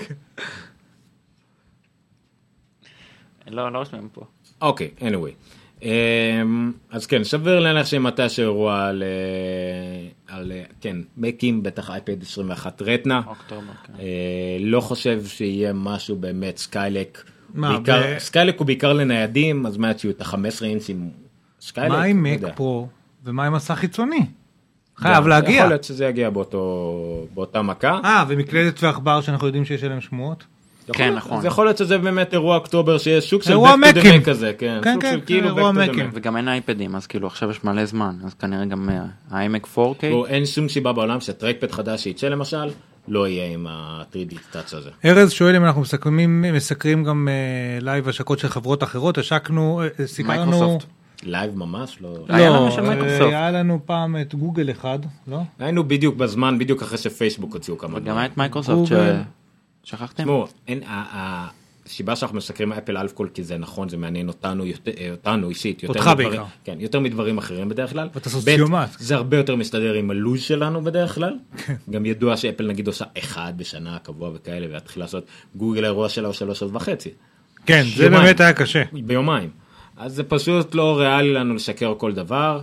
לא רושמים פה. אוקיי, anyway. אז כן, שווה להניח שמתי שאירוע על, כן, מקים, בטח אייפד 21 רטנה. אוקטובר, כן. לא חושב שיהיה משהו באמת סקיילק. סקיילק הוא בעיקר לניידים, אז מעט שיהיו את ה-15 אינצים סקיילק. מה עם מק פרו ומה עם מסך חיצוני? חייב להגיע. יכול להיות שזה יגיע באותה מכה. ומקלדת ועכבר שאנחנו יודעים שיש עליהם שמועות. כן, נכון. אז יכול להיות שזה באמת אירוע אוקטובר שיש סוג של אירוע back to the מקים. Mac כזה, כן. כן, סוג כן, של כאילו אירוע back to the מקים. Mac. וגם אין אייפדים, אז כאילו עכשיו יש מלא זמן, אז כנראה גם ה-iMac 4K. אין שום סיבה בעולם שטרקפד חדש שיצא למשל, לא יהיה עם ה-3D טאץ' הזה. ארז שואל אם אנחנו מסקרים גם לייב השקות של חברות אחרות, השקנו, סיקרנו... מייקרוסופט. לייב ממש לא... היה לנו של מייקרוסופט. היה לנו פעם את גוגל אחד, לא? היינו בדיוק בזמן, בדיוק אחרי שפייסבוק הוציאו כמה וגם היה את מייקרוסופט ששכחתם? תשמעו, הסיבה שאנחנו מסקרים אפל אלף כל כי זה נכון, זה מעניין אותנו אישית, אותך בעיקר. כן, יותר מדברים אחרים בדרך כלל. ואתה סוציומט. זה הרבה יותר מסתדר עם הלוז שלנו בדרך כלל. גם ידוע שאפל נגיד עושה אחד בשנה קבוע וכאלה, והתחילה לעשות גוגל האירוע שלה או 3.5. כן, זה באמת היה קשה. ביומיים. אז זה פשוט לא ריאלי לנו לשקר כל דבר.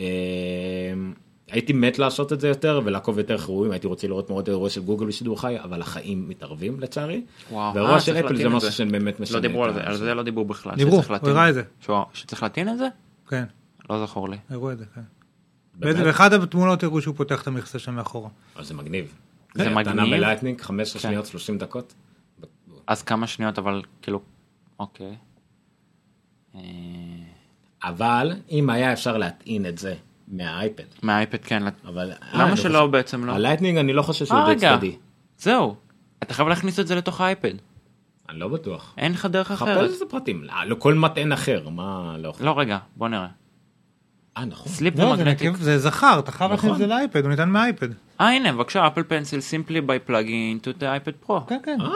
הייתי מת לעשות את זה יותר ולעקוב יותר חירויים, הייתי רוצה לראות מאוד אירוע של גוגל בשידור חי, אבל החיים מתערבים לצערי. והאירוע של אפל זה משהו שבאמת משנה. לא דיברו על זה, לא דיברו בכלל. דיברו, הוא הראה את זה. שצריך להטעין את זה? כן. לא זכור לי. הראו את זה, כן. באחד התמונות הראו שהוא פותח את המכסה שם מאחורה. אז זה מגניב. זה מגניב. תענה בלייטנינג, 15 שניות, 30 דקות. אז כמה שניות, אבל כאילו, אוקיי. אבל אם היה אפשר להטעין את זה מהאייפד. מהאייפד, כן. אבל למה שלא בעצם לא? הלייטנינג אני לא חושב שהוא די צדדי. זהו. אתה חייב להכניס את זה לתוך האייפד. אני לא בטוח. אין לך דרך אחרת. חפש איזה פרטים. לא כל מטען אחר. מה לא יכול? לא, רגע, בוא נראה. נכון. סליפ לא, ומגנטיק. זה זכר, אתה חייב להכניס את זה לאייפד, הוא ניתן מהאייפד. הנה, בבקשה, אפל פנסיל, simply by plugging to the iPad Pro. כן, כן.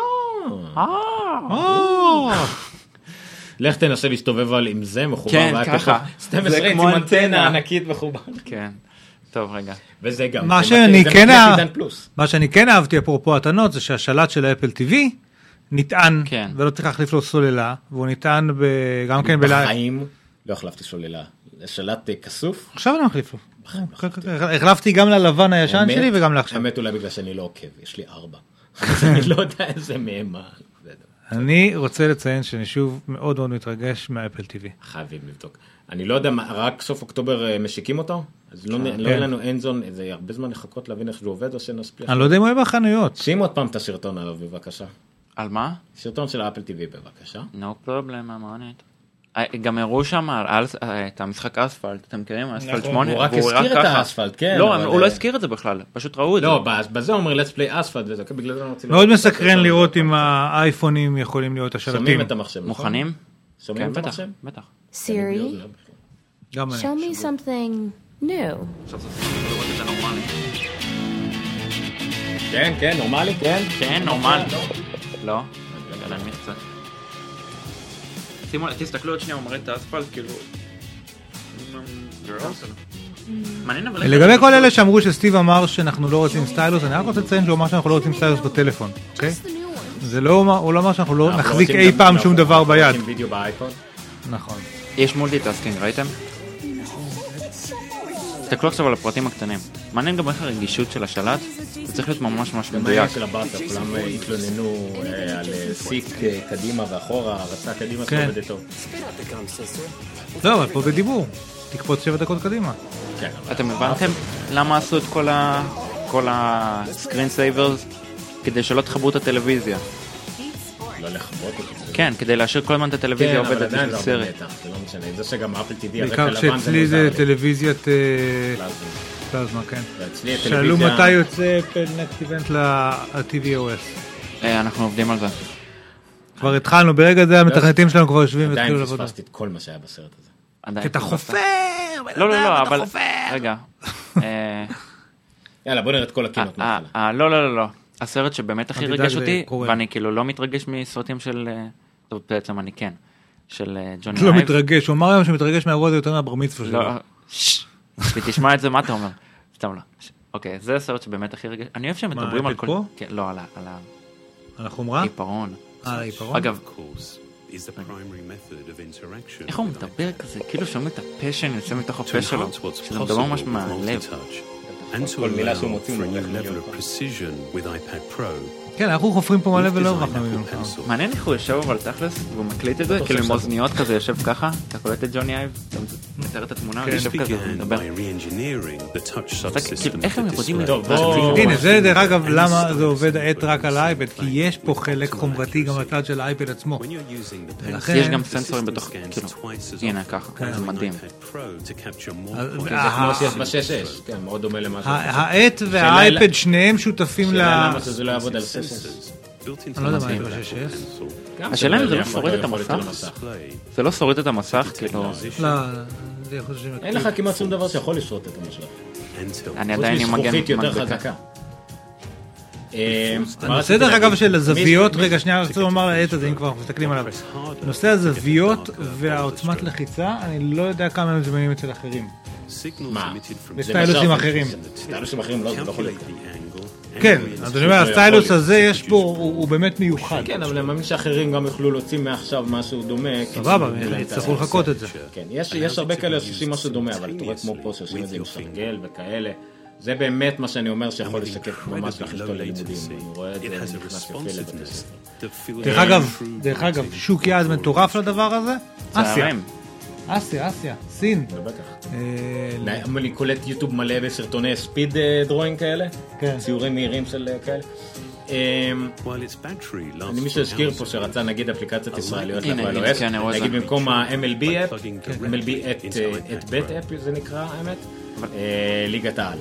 לך תנסה להסתובב על עם זה מחובר. כן, ככה. 12 עם אנטנה ענקית מחובר. כן. טוב, רגע. וזה גם. מה שאני כן אהבתי אפרופו התנות, זה שהשלט של האפל TV נטען, ולא צריך להחליף לו סוללה, והוא נטען גם כן בחיים לא החלפתי סוללה. זה שלט כסוף. עכשיו אני מחליף לו. החלפתי גם ללבן הישן שלי וגם לעכשיו. האמת אולי בגלל שאני לא עוקב, יש לי 4. אני לא יודע איזה מהם. אני רוצה לציין שאני שוב מאוד מאוד מתרגש מהאפל TV. חייבים לבדוק. אני לא יודע, רק סוף אוקטובר משיקים אותו? אז לא יהיה לנו אנזון, זה הרבה זמן לחכות להבין איך זה עובד או שנספיח. אני לא יודע אם הוא יהיה בחנויות. שים עוד פעם את הסרטון עליו בבקשה. על מה? סרטון של האפל TV בבקשה. No problem, אמרנית. גם הראו שם את המשחק אספלט, אתם מכירים? אספלט 8. הוא רק הזכיר את האספלט, כן. לא, הוא לא הזכיר את זה בכלל, פשוט ראו את זה. לא, בזה הוא אומר let's play אספלט, וזה בגלל זה אני רוצה... מאוד מסקרן לראות אם האייפונים יכולים להיות השלטים. שומעים את המחשב, נכון? מוכנים? שומעים את המחשב? בטח. Siri, show me something new. עכשיו זה לראות את זה נורמלי. כן, כן, נורמלי, כן. כן, נורמלי. לא, רגע, להנמיך קצת. תסתכלו עוד שנייה, הוא מראה את האספלט, כאילו... לגבי כל אלה שאמרו שסטיב אמר שאנחנו לא רוצים סטיילוס, אני רק רוצה לציין שהוא אמר שאנחנו לא רוצים סטיילוס בטלפון, אוקיי? הוא לא אמר שאנחנו לא נחזיק אי פעם שום דבר ביד. וידאו באייפון. נכון. יש מולטיטאסקינג, ראיתם? תסתכלו עכשיו על הפרטים הקטנים. מעניין גם איך הרגישות של השלט, זה צריך להיות ממש ממש מדויק. של הבאטה, כולם התלוננו על סיק קדימה ואחורה, הרצה קדימה שלא עובדת טוב. לא, אבל פה בדיבור. תקפוץ 7 דקות קדימה. אתם הבנתם למה עשו את כל הסקרין סייברס? כדי שלא תחברו את הטלוויזיה. לא לחבות את זה. כן, כדי להשאיר כל הזמן את הטלוויזיה עובדת בשביל סרט. זה לא משנה, זה שגם אפל TV, בעיקר שאצלי זה טלוויזיית פלזמה, כן. שאלו מתי יוצא נקסט איבנט ל-TVOS. אנחנו עובדים על זה. כבר התחלנו, ברגע זה המתכנתים שלנו כבר יושבים עדיין והתחילו לעבוד. פספסתי את כל מה שהיה בסרט הזה. כי אתה חופר! לא, אבל... רגע. יאללה, בוא נראה את כל הקינות. לא. הסרט שבאמת הכי ריגש אותי, ואני כאילו לא מתרגש מסרטים של... טוב, בעצם אני כן. של ג'וני לא אייב. מתרגש, הוא אמר היום שמתרגש מהאירוע הזה יותר מהבר מצווה שלו. לא, ותשמע את זה, מה אתה אומר? סתם לא. אוקיי, זה הסרט שבאמת הכי ריגש. אני אוהב שהם מדברים על כל... לא, על על החומרה? העיפרון. העיפרון? אגב, איך הוא מדבר כזה, כאילו שומע את הפשן יוצא מתוך הפה שלו, שזה מדבר ממש מהלב. כל מילה שהוא מוציא כן, אנחנו חופרים פה מלא ולא אנחנו ממך. מעניין איך הוא יושב אבל תכלס, והוא מקליט את זה, כאילו עם אוזניות כזה יושב ככה, אתה קולט את ג'וני אייב, אתה מתאר את התמונה, הוא יושב כזה, הוא מדבר. איך הם יכולים הנה, זה דרך אגב למה זה עובד העט רק על האייפד, כי יש פה חלק חומרתי גם לצד של האייפד עצמו. יש גם סנסורים בתוך, כאילו, הנה ככה, זה מדהים. מאוד דומה למה העט והאייפד שניהם שותפים למה שזה לא יעבוד על ססס. אני לא יודע מה יש ב-6S. השאלה אם זה לא שורד את המסך? זה לא שורד את המסך, כאילו... לא, זה יכול להיות... אין לך כמעט שום דבר שיכול לשרות את המסך. אני עדיין עם מגן חזקה. הנושא דרך אגב של הזוויות, רגע שנייה, אני רוצה לומר לעט הזה, אם כבר מסתכלים עליו. נושא הזוויות והעוצמת לחיצה, אני לא יודע כמה הם זמינים אצל אחרים. מה? בסטיילוסים אחרים. סטיילוסים אחרים לא יכול להיות. כן, אז אני אומר, הסטיילוס הזה יש פה, הוא באמת מיוחד. כן, אבל אני מאמין שאחרים גם יוכלו להוציא מעכשיו משהו דומה. סבבה, יצטרכו לחכות את זה. כן, יש הרבה כאלה שעושים משהו דומה, אבל אתה רואה כמו פה שעושים את זה עם שרגל וכאלה. זה באמת מה שאני אומר שיכול לשקף ממש לחישתו ללימודים. אני רואה את זה נכנס יפה לבתי ספר. דרך אגב, שוק יעד מטורף לדבר הזה. אסיה, סין. בטח. אני קולט יוטיוב מלא בסרטוני ספיד דרוינג כאלה, ציורים מהירים של כאלה. אני מישהו הזכיר פה שרצה נגיד אפליקציות ישראליות נגיד במקום ה-MLB אפ, MLB את בית אפ זה נקרא האמת, ליגת העל.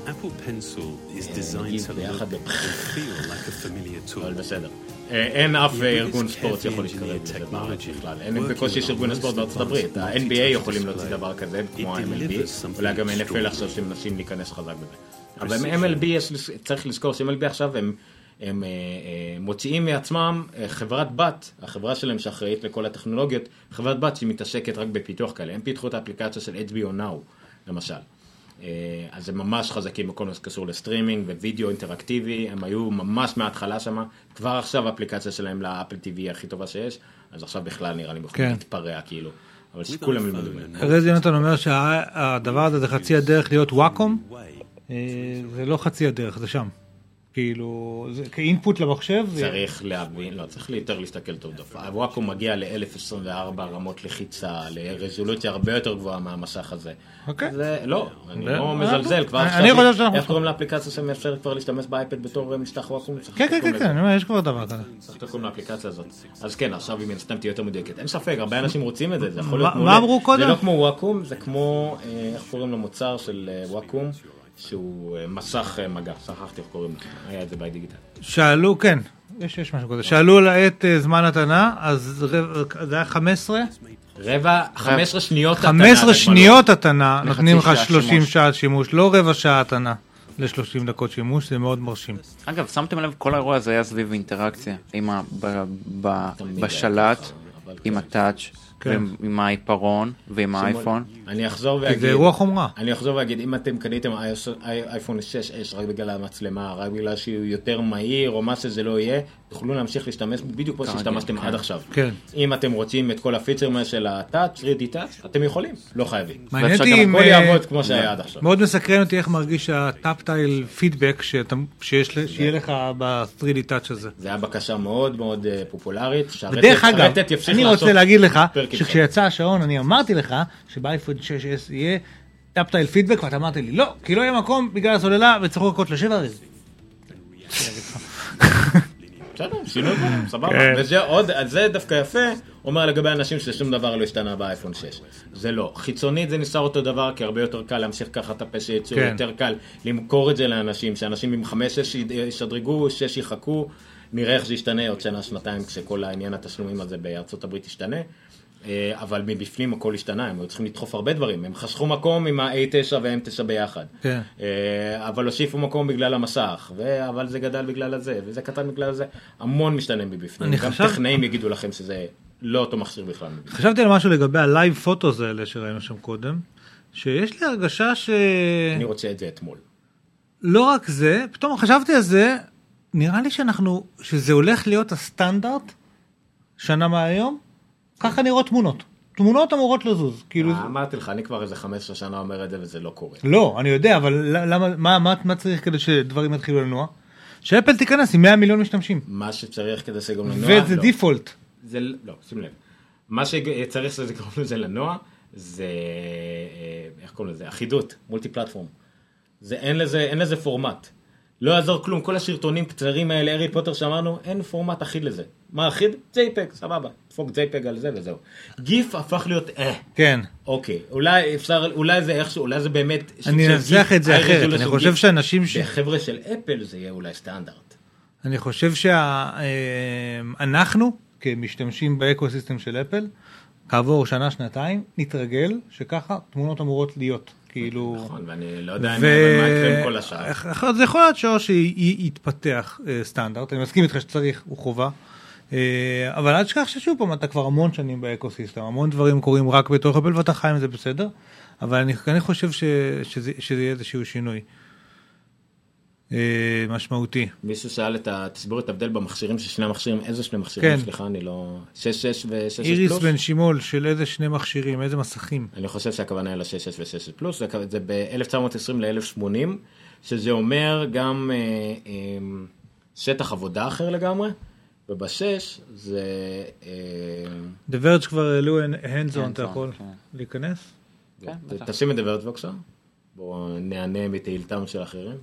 אבל בסדר. אין אף ארגון ספורט שיכול להתקרב לזה בארץ בכלל. אין בקושי יש ארגון הספורט בארצות הברית. ה-NBA יכולים להוציא דבר כזה כמו ה-MLB, אולי גם NFL עכשיו שמנסים להיכנס חזק בזה. אבל MLB צריך לזכור ש-MLB עכשיו הם מוציאים מעצמם חברת בת, החברה שלהם שאחראית לכל הטכנולוגיות, חברת בת שמתעסקת רק בפיתוח כאלה. הם פיתחו את האפליקציה של HBO Now, למשל. אז הם ממש חזקים בכל מה שקשור לסטרימינג ווידאו אינטראקטיבי, הם היו ממש מההתחלה שם, כבר עכשיו האפליקציה שלהם לאפל TV הכי טובה שיש, אז עכשיו בכלל נראה לי יכולים להתפרע כאילו, אבל שכולם ילמדו מהם. רז יונתן אומר שהדבר הזה זה חצי הדרך להיות וואקום, זה לא חצי הדרך, זה שם. כאילו, כאינפוט למחשב. צריך להבין, לא, צריך יותר להסתכל טוב דופה. הוואקום מגיע ל-1024 רמות לחיצה, לרזולוציה הרבה יותר גבוהה מהמסך הזה. אוקיי. זה, לא, אני לא מזלזל, כבר עכשיו, איך קוראים לאפליקציה שמאפשרת כבר להשתמש באייפד בתור משטח וואקום? כן, יש כבר דבר כזה. צריך לקרוא לאפליקציה הזאת. אז כן, עכשיו אם נסתם תהיה יותר מדויקת. אין ספק, הרבה אנשים רוצים את זה, זה יכול להיות מולה. מה אמרו קודם? זה לא כמו וואקום, זה כמו, איך קוראים למוצר של וואקום? שהוא מסך מגע, שכחתי איך קוראים, היה את זה ביי דיגיטל. שאלו, כן, יש משהו כזה, שאלו על העת זמן התנה, אז זה היה 15? 15 שניות התנה. 15 שניות התנה, נותנים לך 30 שעת שימוש, לא רבע שעה התנה ל-30 דקות שימוש, זה מאוד מרשים. אגב, שמתם לב, כל האירוע הזה היה סביב אינטראקציה, בשלט, עם הטאץ', עם העיפרון ועם האייפון. אני אחזור ואגיד, זה אירוע חומרה. אני אחזור ואגיד, אם אתם קניתם אייפון 6S רק בגלל המצלמה, רק בגלל שהוא יותר מהיר או מה שזה לא יהיה, תוכלו להמשיך להשתמש בדיוק כמו שהשתמשתם עד עכשיו. אם אתם רוצים את כל הפיצ'ר של הטאץ', 3D טאץ', אתם יכולים, לא חייבים. מעניין אותי הכל יעבוד כמו שהיה עד עכשיו. מאוד מסקרן אותי איך מרגיש הטאפטייל פידבק שיהיה לך ב-3D טאץ' הזה. זה היה בקשה מאוד מאוד פופולרית. בדרך אגב, אני רוצה להגיד לך שכשיצא השעון אני אמרתי לך שבאייפון 6S יהיה טאפטייל פידבק ואתה אמרת לי לא, כי לא יהיה מקום בגלל הסוללה וצריכו לקרות לשבע הרי. בסדר, שינוי פה, סבבה. וזה דווקא יפה, אומר לגבי אנשים ששום דבר לא השתנה באייפון 6. זה לא. חיצונית זה נשאר אותו דבר, כי הרבה יותר קל להמשיך ככה את הפה שייצור, יותר קל למכור את זה לאנשים, שאנשים עם 5-6 ישדרגו, 6 יחכו, נראה איך זה ישתנה עוד שנה, שנתיים, כשכל העניין התשלומים הזה בארצות הברית ישתנה. אבל מבפנים הכל השתנה, הם צריכים לדחוף הרבה דברים, הם חסכו מקום עם ה-A9 וה-M9 ביחד, אבל הוסיפו מקום בגלל המסך, אבל זה גדל בגלל הזה, וזה קטן בגלל זה, המון משתנה מבפנים, גם טכנאים יגידו לכם שזה לא אותו מכשיר בכלל. חשבתי על משהו לגבי הלייב פוטוס האלה שראינו שם קודם, שיש לי הרגשה אני רוצה את זה אתמול. לא רק זה, פתאום חשבתי על זה, נראה לי שזה הולך להיות הסטנדרט, שנה מהיום, ככה נראות תמונות. תמונות אמורות לזוז. אמרתי לך, אני כבר איזה 15 שנה אומר את זה וזה לא קורה. לא, אני יודע, אבל מה צריך כדי שדברים יתחילו לנוע? שאפל תיכנס עם 100 מיליון משתמשים. מה שצריך כדי שגורם לנוע? וזה דיפולט. לא, שים לב. מה שצריך שגורם לזה לנוע, זה, איך קוראים לזה? אחידות, מולטי פלטפורם. אין לזה פורמט. לא יעזור כלום, כל השרטונים קצרים האלה, הארי פוטר שאמרנו, אין פורמט אחיד לזה. מה אחיד? JPEG, סבבה. דפוק JPEG על זה וזהו. גיף הפך להיות כן. אוקיי, אולי זה איכשהו, אולי זה באמת... אני אנסח את זה אחרת, אני חושב שאנשים... בחבר'ה של אפל זה יהיה אולי סטנדרט. אני חושב שאנחנו, כמשתמשים באקוסיסטם של אפל, כעבור שנה, שנתיים, נתרגל שככה תמונות אמורות להיות. כאילו... נכון, ואני לא יודע מה יקרה עם כל השאר. זה יכול להיות שיתפתח סטנדרט, אני מסכים איתך שצריך, הוא חובה, אבל עד שכך ששוב פעם, אתה כבר המון שנים באקוסיסטם, המון דברים קורים רק בתוך אפל, ואתה חי עם זה בסדר, אבל אני חושב שזה יהיה איזשהו שינוי משמעותי. מישהו שאל תסבור את הבדל במכשירים של שני המכשירים, איזה שני מכשירים? סליחה, אני לא... 6.6 ו-6.6 פלוס? איריס בן שימול, של איזה שני מכשירים, איזה מסכים? אני חושב שהכוונה היא ל-6.6 ו-6.6 פלוס, זה ב-1920 ל-1080, שזה אומר גם שטח עבודה אחר לגמרי, וב-6 זה... The Verge כבר העלו hands-on, אתה יכול להיכנס? תשים את The Verge בבקשה, בואו נענה מתהילתם של אחרים.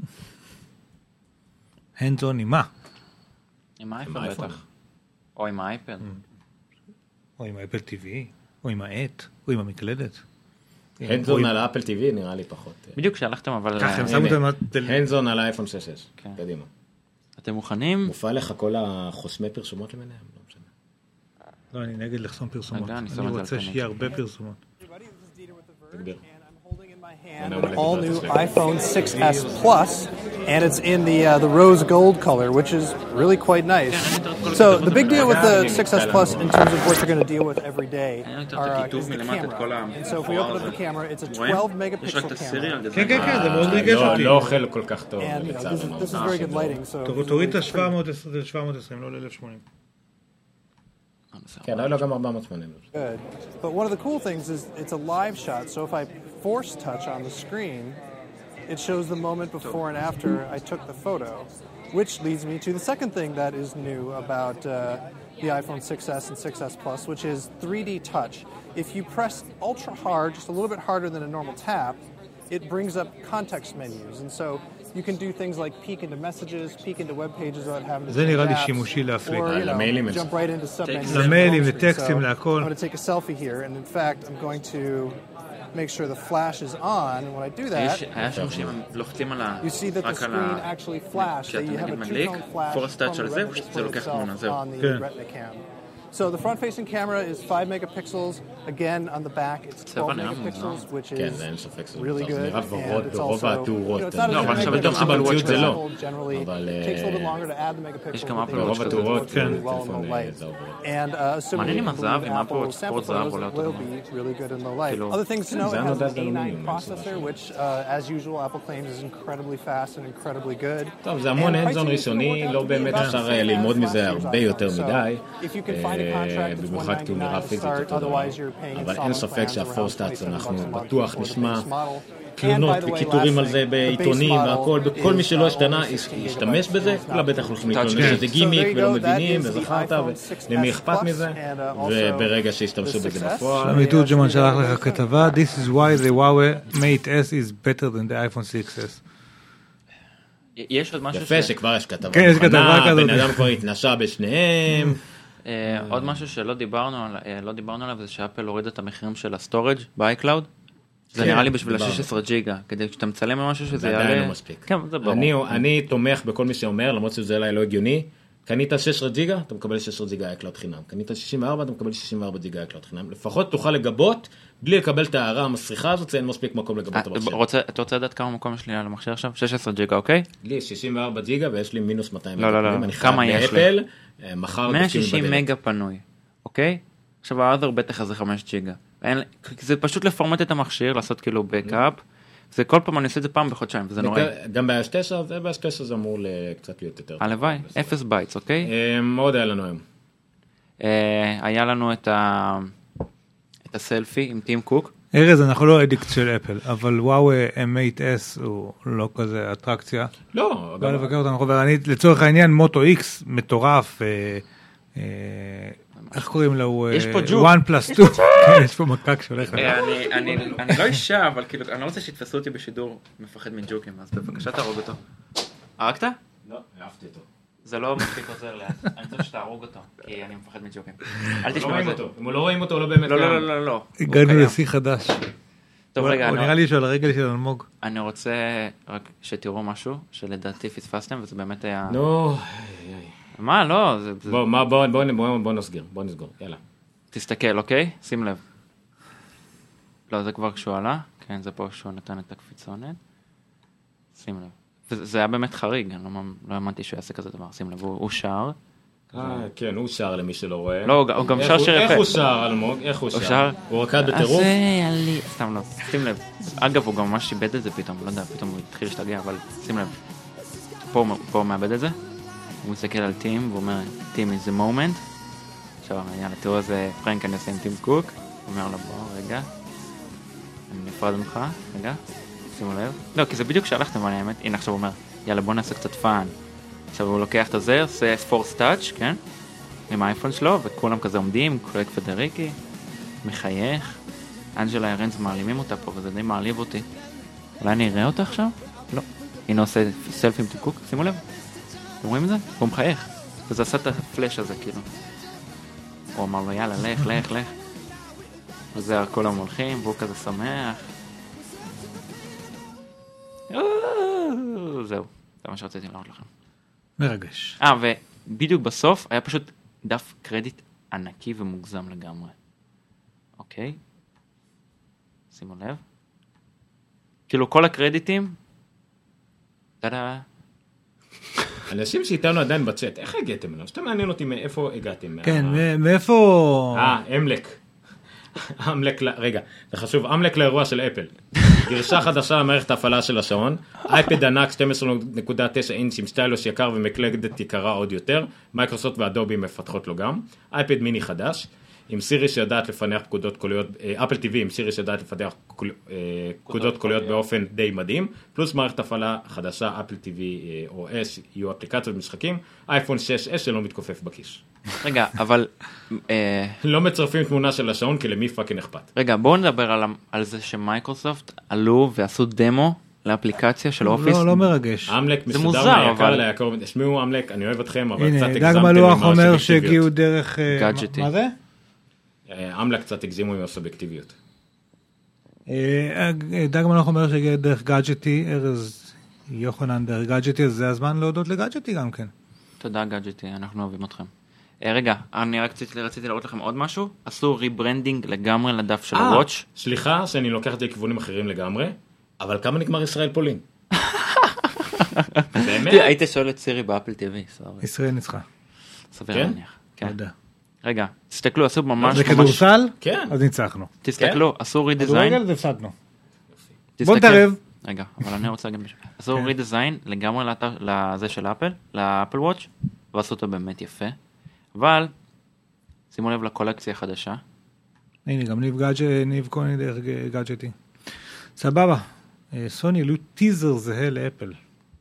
הנדזון עם מה? עם האייפון בטח. או עם האייפד. או עם האפל TV, או עם העט, או עם המקלדת. הנדזון על האפל TV נראה לי פחות. בדיוק שהלכתם אבל... ככה, הם שמו אותם... הנדזון על האייפון 6.6. קדימה. אתם מוכנים? מופע לך כל החוסמי פרסומות למיניהם? לא משנה. לא, אני נגד לחסום פרסומות. אני רוצה שיהיה הרבה פרסומות. תגביר. An all-new iPhone 6s Plus, and it's in the rose gold color, which is really quite nice. So the big deal with the 6s Plus in terms of what you're going to deal with every day is the camera. And so if we open up the camera, it's a 12-megapixel camera. כן, כן, זה מאוד ריגש אותי. לא אוכל כל כך טוב. And this is very good lighting. תוריד את ה-720, לא ל-1080. כן, לא גם 480. Good. But one of the cool things is it's a live shot, so if I force touch on the screen, it shows the moment before and after I took the photo, which leads me to the second thing that is new about the iPhone 6s and 6s Plus, which is 3D touch. If you press ultra hard, just a little bit harder than a normal tap, it brings up context menus, and so you can do things like peek into messages, peek into web pages without having to זה נראה לי שימושי להפליג. or jump right into submenus. למיילים וטקסטים להכל. I'm going to take a selfie here, and in fact, I'm going to make sure the flash is on, and when I do that, היה שימושים לוחצים על you see that the screen actually flashed, that you have a two-tone flash from the retina display itself on the retina cam. So the front-facing camera is 5 megapixels. Again, on the back, it's 12 megapixels, which is really good. And it's also, it's not as good as Apple generally. It takes a little bit longer to add the megapixels, but they work really well in low light. And assuming Apple sample photos will be really good in low light. Other things to know, it has an A9 processor, which, as usual, Apple claims is incredibly fast and incredibly good. טוב, זה המון הנדזון ראשוני, לא באמת אפשר ללמוד מזה הרבה יותר מדי. במיוחד כי הוא נראה פיזית אותו דבר, אבל אין ספק שהפורסטאץ אנחנו בטוח נשמע תלונות וכיתורים על זה בעיתונים והכל, בכל מי שלא השתנה ישתמש בזה, כולה בטח הולכים להתלונן שזה גימיק ולא מבינים וזכרת ולמי אכפת מזה, וברגע שישתמשו בזה בפועל. שלומי תורג'מן שלח לך כתבה, This is why the Huawei Mate S is better than the iPhone 6s. יש עוד משהו יפה שכבר יש כתבה מוכנה, בן אדם כבר התנשא בשניהם. עוד משהו שלא דיברנו עליו זה שאפל הוריד את המחירים של הסטורג' ב-iCloud. זה נראה לי בשביל ה-16 ג'יגה, כדי שאתה מצלם ממשהו שזה יעלה... זה עדיין לא מספיק. כן, זה ברור. אני תומך בכל מי שאומר, למרות שזה אליי לא הגיוני, קנית 16 ג'יגה, אתה מקבל 16 ג'יגה iCloud חינם. קנית 64, אתה מקבל 64 ג'יגה iCloud חינם. לפחות תוכל לגבות, בלי לקבל את ההערה המסריחה הזאת, אין מספיק מקום לגבות את המחשב. אתה רוצה לדעת כמה מקום יש לי על המחשב עכשיו? 16 ג'יגה, אוקיי? לי 64 ג'יגה ויש לי מינוס 200 מגה פנוי. אני חייב באפל, 160 מגה פנוי, אוקיי? עכשיו האדר בטח זה 5 ג'יגה. זה פשוט לפורמט את המכשיר, לעשות כאילו בקאפ. זה כל פעם אני עושה את זה פעם בחודשיים, וזה נורא. גם ב-9, ב-9 זה אמור קצת להיות יותר. הלוואי, 0 בייטס, אוקיי? מאוד היה לנו היום. היה לנו את הסלפי עם טים קוק. ארז, אנחנו לא אדיקט של אפל, אבל וואו M8S הוא לא כזה אטרקציה. לא. לא לבקר אותנו, ואני לצורך העניין מוטו X מטורף, איך קוראים לו? יש פה ג'וק. 1+2. יש פה מקק שהולך. אני לא אישה, אבל כאילו, אני לא רוצה שיתפסו אותי בשידור מפחד מג'וקים, אז בבקשה תהרוג אותו. הרגת? לא, אהבתי אותו. זה לא מספיק עוזר לי, אני צריך שתהרוג אותו, כי אני מפחד מג'וקים. אל לא תשמע רואים את אותו. אם לא רואים אותו, לא באמת לא, לא, לא, לא. הגענו לשיא חדש. טוב, רגע, הוא נראה לי שעל הרגל של אלמוג. אני רוצה רק שתראו משהו שלדעתי פספסתם, וזה באמת היה... נו, מה, לא, בוא נסגור, יאללה. תסתכל, אוקיי? שים לב. לא, זה כבר כשהוא עלה, כן, זה פה כשהוא נתן את הקפיצונת. שים לב. זה היה באמת חריג, אני לא האמנתי שהוא יעשה כזה דבר, שים לב, הוא שר. כן, הוא שר למי שלא רואה. לא, הוא גם שר שיר יפה. איך הוא שר, אלמוג? איך הוא שר? הוא רקד בטירוף? סתם לא, שים לב. אגב, הוא גם ממש איבד את זה פתאום, לא יודע, פתאום הוא התחיל להשתגע, אבל שים לב. פה הוא מאבד את זה. הוא מסתכל על טים, והוא אומר, טים is the moment. עכשיו, יאללה, תראו איזה פרנק אני עושה עם טים קוק. הוא אומר לו, בוא, רגע. אני נפרד ממך, רגע. שימו לב. לא, כי זה בדיוק שהלכתם על האמת. הנה, עכשיו הוא אומר, יאללה, בוא נעשה קצת פאן. עכשיו הוא לוקח את זה, עושה פורס טאץ', כן? עם האייפון שלו, וכולם כזה עומדים, קולג פדריקי, מחייך. אנג'לה ארנס מעלימים אותה פה, וזה די מעליב אותי. אולי אני אראה אותה עכשיו? לא. הנה עושה סלפי עם טים קוק, שימו לב. אתם רואים את זה? הוא מחייך. וזה עשה את הפלש הזה, כאילו. הוא אמר לו, יאללה, לך. וזה כולם הולכים, והוא כזה שמח. זהו, זה מה שרציתי להראות לכם. מרגש. ובדיוק בסוף היה פשוט דף קרדיט ענקי ומוגזם לגמרי. אוקיי? שימו לב. כאילו כל הקרדיטים, תודה. אנשים שאיתנו עדיין בצ'אט, איך הגעתם אליו? שאתה מעניין אותי מאיפה הגעתם. כן, מאיפה... אמלק, רגע, זה חשוב, אמלק לאירוע של אפל. גרשה חדשה למערכת ההפעלה של השעון, אייפד ענק 12.9 אינץ' עם סטיילוס יקר ומקלדת יקרה עוד יותר, מייקרוסופט ואדובי מפתחות לו גם, אייפד מיני חדש, עם סירי שיודעת לפנח פקודות קוליות, אפל TV עם סירי שיודעת לפתח פקודות קוליות באופן די מדהים, פלוס מערכת הפעלה חדשה, אפל TV OS, יהיו אפליקציות ומשחקים, אייפון 6S שלא מתכופף בכיס. רגע, אבל... לא מצרפים תמונה של השעון, כי למי פאקינג אכפת. רגע, בואו נדבר על זה שמייקרוסופט עלו ועשו דמו לאפליקציה של אופיס. לא מרגש. אמלק מסודר מהיקר ליקר, תשמעו אמלק, אני אוהב אתכם, אבל קצת הגזמתם. הנה, דג מלוח אומר שהגיעו דרך... גאדג'טי. מה זה? אמלק קצת הגזימו עם הסובייקטיביות. דג מלוח אומר שהגיע דרך גאדג'טי, ארז יוחנן דרך גאדג'טי, אז זה הזמן להודות לגאדג'טי גם כן. תודה גאדג'טי, אנחנו אוהבים אתכם. רגע, אני רציתי להראות לכם עוד משהו, עשו ריברנדינג לגמרי לדף של הוואץ'. סליחה שאני לוקח את זה לכיוונים אחרים לגמרי, אבל כמה נגמר ישראל פולין? באמת? היית שואל את סירי באפל TV, ישראל ניצחה. סביר להניח. כן. רגע, תסתכלו, עשו ממש... זה כדורסל? כן. אז ניצחנו. תסתכלו, עשו רידיזיין. כדורגל זה הפסדנו. בוא נתערב. רגע, אבל אני רוצה להגיד משהו. עשו רידיזיין לגמרי לזה של אפל, לאפל וואץ', ועשו אותו באמת יפה. אבל, שימו לב לקולקציה החדשה. הנה, גם ניב כהן דרך גאדג'טי. סבבה. סוני העלו טיזר זהה לאפל.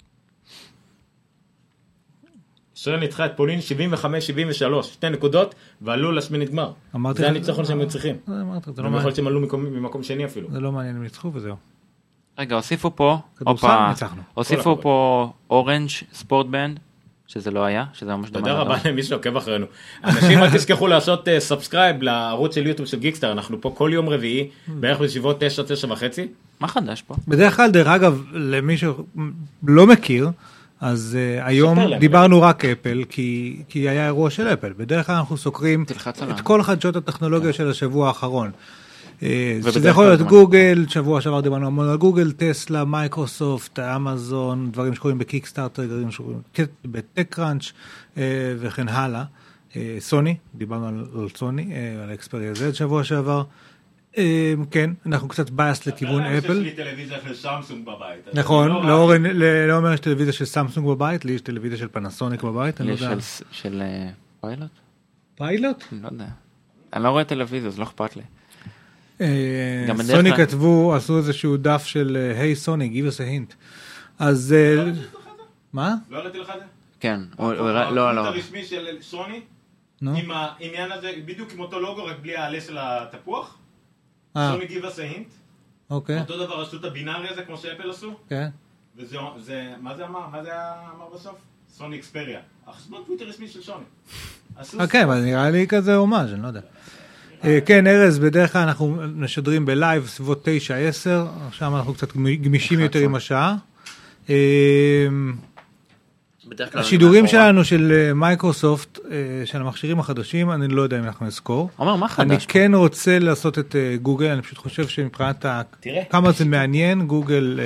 ישראל ניצחה את פולין 75-73, 2 נקודות, ועלו לשמינית גמר. זה הניצחון שהם צריכים. יכול להיות שהם עלו ממקום שני אפילו. זה לא מעניין, הם ניצחו וזהו. רגע, הוסיפו פה, הוסיפו פה אורנג' ספורט בנד, שזה לא היה, שזה ממש דומה. תודה רבה למי שעוקב אחרינו. אנשים, אל תזכחו לעשות סאבסקרייב לערוץ של יוטיוב של גיקסטאר, אנחנו פה כל יום רביעי, בערך בסביבות 9-9:30. מה חדש פה? בדרך כלל, דרך אגב, למי שלא מכיר, אז היום דיברנו רק אפל, כי היה אירוע של אפל. בדרך כלל אנחנו סוקרים את כל חדשות הטכנולוגיה של השבוע האחרון. שזה יכול להיות גוגל, שבוע שעבר דיברנו המון על גוגל, טסלה, מייקרוסופט, אמזון, דברים שקוראים בקיקסטארטר, דברים שקוראים בטקראנץ' וכן הלאה. סוני, דיברנו על סוני, על אקספריה Z שבוע שעבר. כן, אנחנו קצת בייס לכיוון אפל. יש לי טלוויזיה של סמסונג בבית. נכון, לא אומר יש טלוויזיה של סמסונג בבית, לי יש טלוויזיה של פנסוניק בבית. לי של פיילוט? פיילוט? לא יודע. אני לא רואה טלוויזיה, אז לא אכפת לי. סוני כתבו, עשו איזשהו דף של היי סוני, give us a hint. אז... מה? לא ראיתי לך את זה? כן. לא. הרשמי של סוני, עם העניין הזה, בדיוק עם אותו לוגו, רק בלי העלה של התפוח. סוני give us a hint. אוקיי. אותו דבר עשו את הבינארי הזה, כמו שאפל עשו. כן. וזה, מה זה אמר? מה זה אמר בסוף? סוני אקספריה. החשבון טוויטר רשמי של סוני. אוקיי, אבל נראה לי כזה הומאז', אני לא יודע. כן, ארז, בדרך כלל אנחנו משדרים בלייב סביבות 9-10, עכשיו אנחנו קצת גמישים יותר עם השעה. השידורים שלנו של מייקרוסופט, של המכשירים החדשים, אני לא יודע אם אנחנו נזכור. אומר, מה חדש? אני כן רוצה לעשות את גוגל, אני פשוט חושב שמבחינת כמה זה מעניין, גוגל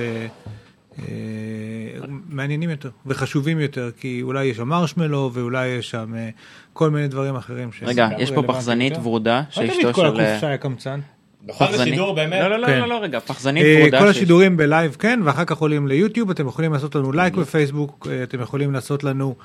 מעניינים יותר וחשובים יותר, כי אולי יש שם מרשמלו ואולי יש שם כל מיני דברים אחרים. רגע, יש פה פחזנית ורודה שאשתו של... בכל השידור באמת? לא, רגע, פחזנית ורודה. כל השידורים בלייב כן, ואחר כך עולים ליוטיוב, אתם יכולים לעשות לנו לייק בפייסבוק, אתם יכולים לעשות לנו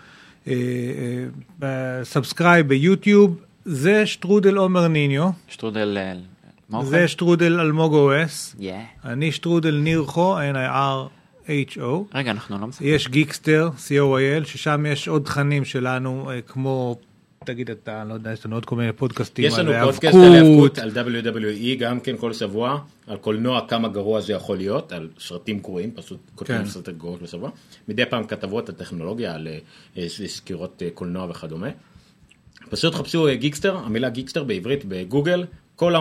סאבסקרייב ביוטיוב, זה שטרודל עומר ניניו. שטרודל... זה שטרודל אלמוג אוס. אני שטרודל ניר חו, NIRHO. רגע, אנחנו לא מסכים. יש גיקסטר, COIL, ששם יש עוד תכנים שלנו, כמו, תגיד אתה, לא יודע, יש לנו עוד כל מיני פודקאסטים. יש לנו פודקאסט על האבקות, על WWE, גם כן כל שבוע, על קולנוע כמה גרוע זה יכול להיות, על סרטים גרועים, פשוט כותבים סרטים גרועים בשבוע. מדי פעם כתבות על טכנולוגיה, על סקירות קולנוע וכדומה. פשוט חפשו גיקסטר, המילה גיקסטר בעברית בגוגל, כל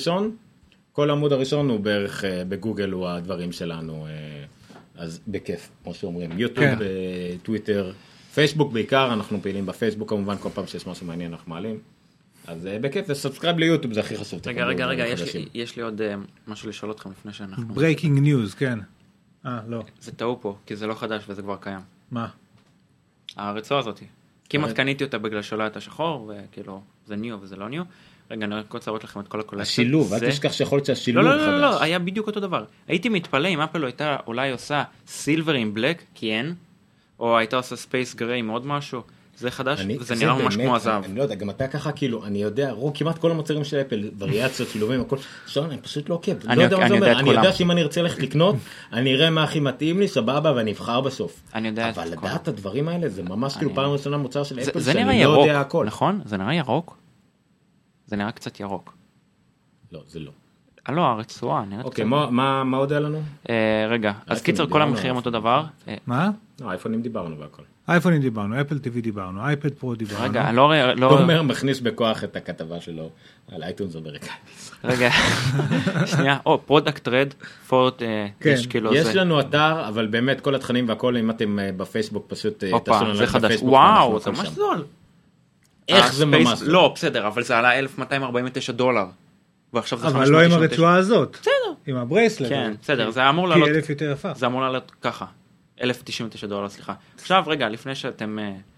העמוד הראשון הוא בערך בגוגל הוא הדברים שלנו, אז בכיף, כמו שאומרים, יוטיוב, טוויטר, פייסבוק בעיקר, אנחנו פעילים בפייסבוק כמובן, כל פעם שיש משהו מעניין אנחנו מעלים, אז בכיף, וסאבסקרייב ליוטיוב זה הכי חשוב. רגע, יש לי עוד משהו לשאול אתכם לפני שאנחנו... ברייקינג ניוז, כן. לא. זה טעו פה, כי זה לא חדש וזה כבר קיים. מה? הרצועה הזאת. כמעט קניתי אותה בגלל שלא הייתה שחור, וכאילו, זה ניו וזה לא ניו. רגע, אני רק רוצה לראות לכם את כל הקולקציה. השילוב, אל תשכח שיכול להיות שהשילוב חדש. לא, היה בדיוק אותו דבר. הייתי מתפלא אם אפל הייתה אולי עושה סילבר עם בלק, כי אין, או הייתה עושה ספייס גריי עם עוד משהו. זה חדש, וזה נראה ממש כמו הזהב. אני לא יודע, גם אתה ככה כאילו, אני יודע, כמעט כל המוצרים של אפל, וריאציות, שילובים, הכל, שון, אני פשוט לא עוקב. אני יודע שאם אני ארצה ללכת לקנות, אני אראה מה הכי מתאים לי, סבבה, ואני אבחר בסוף. אבל לדעת את הדברים האלה, זה ממש כאילו פעם ראשונה מוצר של אפל, שאני לא יודע הכל. נכון? זה נראה ירוק? זה נראה קצת ירוק. לא, זה לא. לא, הרצועה נראית קצת. אוקיי, מה עוד היה לנו? רגע, אז קיצר, כל המחירים אותו דבר. מה? אייפונים דיברנו והכל. אייפונים דיברנו, אפל TV דיברנו, אייפד פרו דיברנו. רגע, לא... תומר מכניס בכוח את הכתבה שלו על אייטונס אמריקאי. רגע, שנייה, פרודקט רד, פורט, יש כאילו... יש לנו אתר, אבל באמת כל התכנים והכל, אם אתם בפייסבוק פשוט... זה חדש, וואו, זה ממש זול. איך זה ממש זול? לא, בסדר, אבל זה עלה $1,249. אבל לא עם הרצועה הזאת. בסדר. עם הברייסלט. כן, בסדר, זה אמור לעלות... כי 1,000 יותר יפה. זה אמור לעלות ככה. $1,099, סליחה. עכשיו, רגע, לפני שאתם...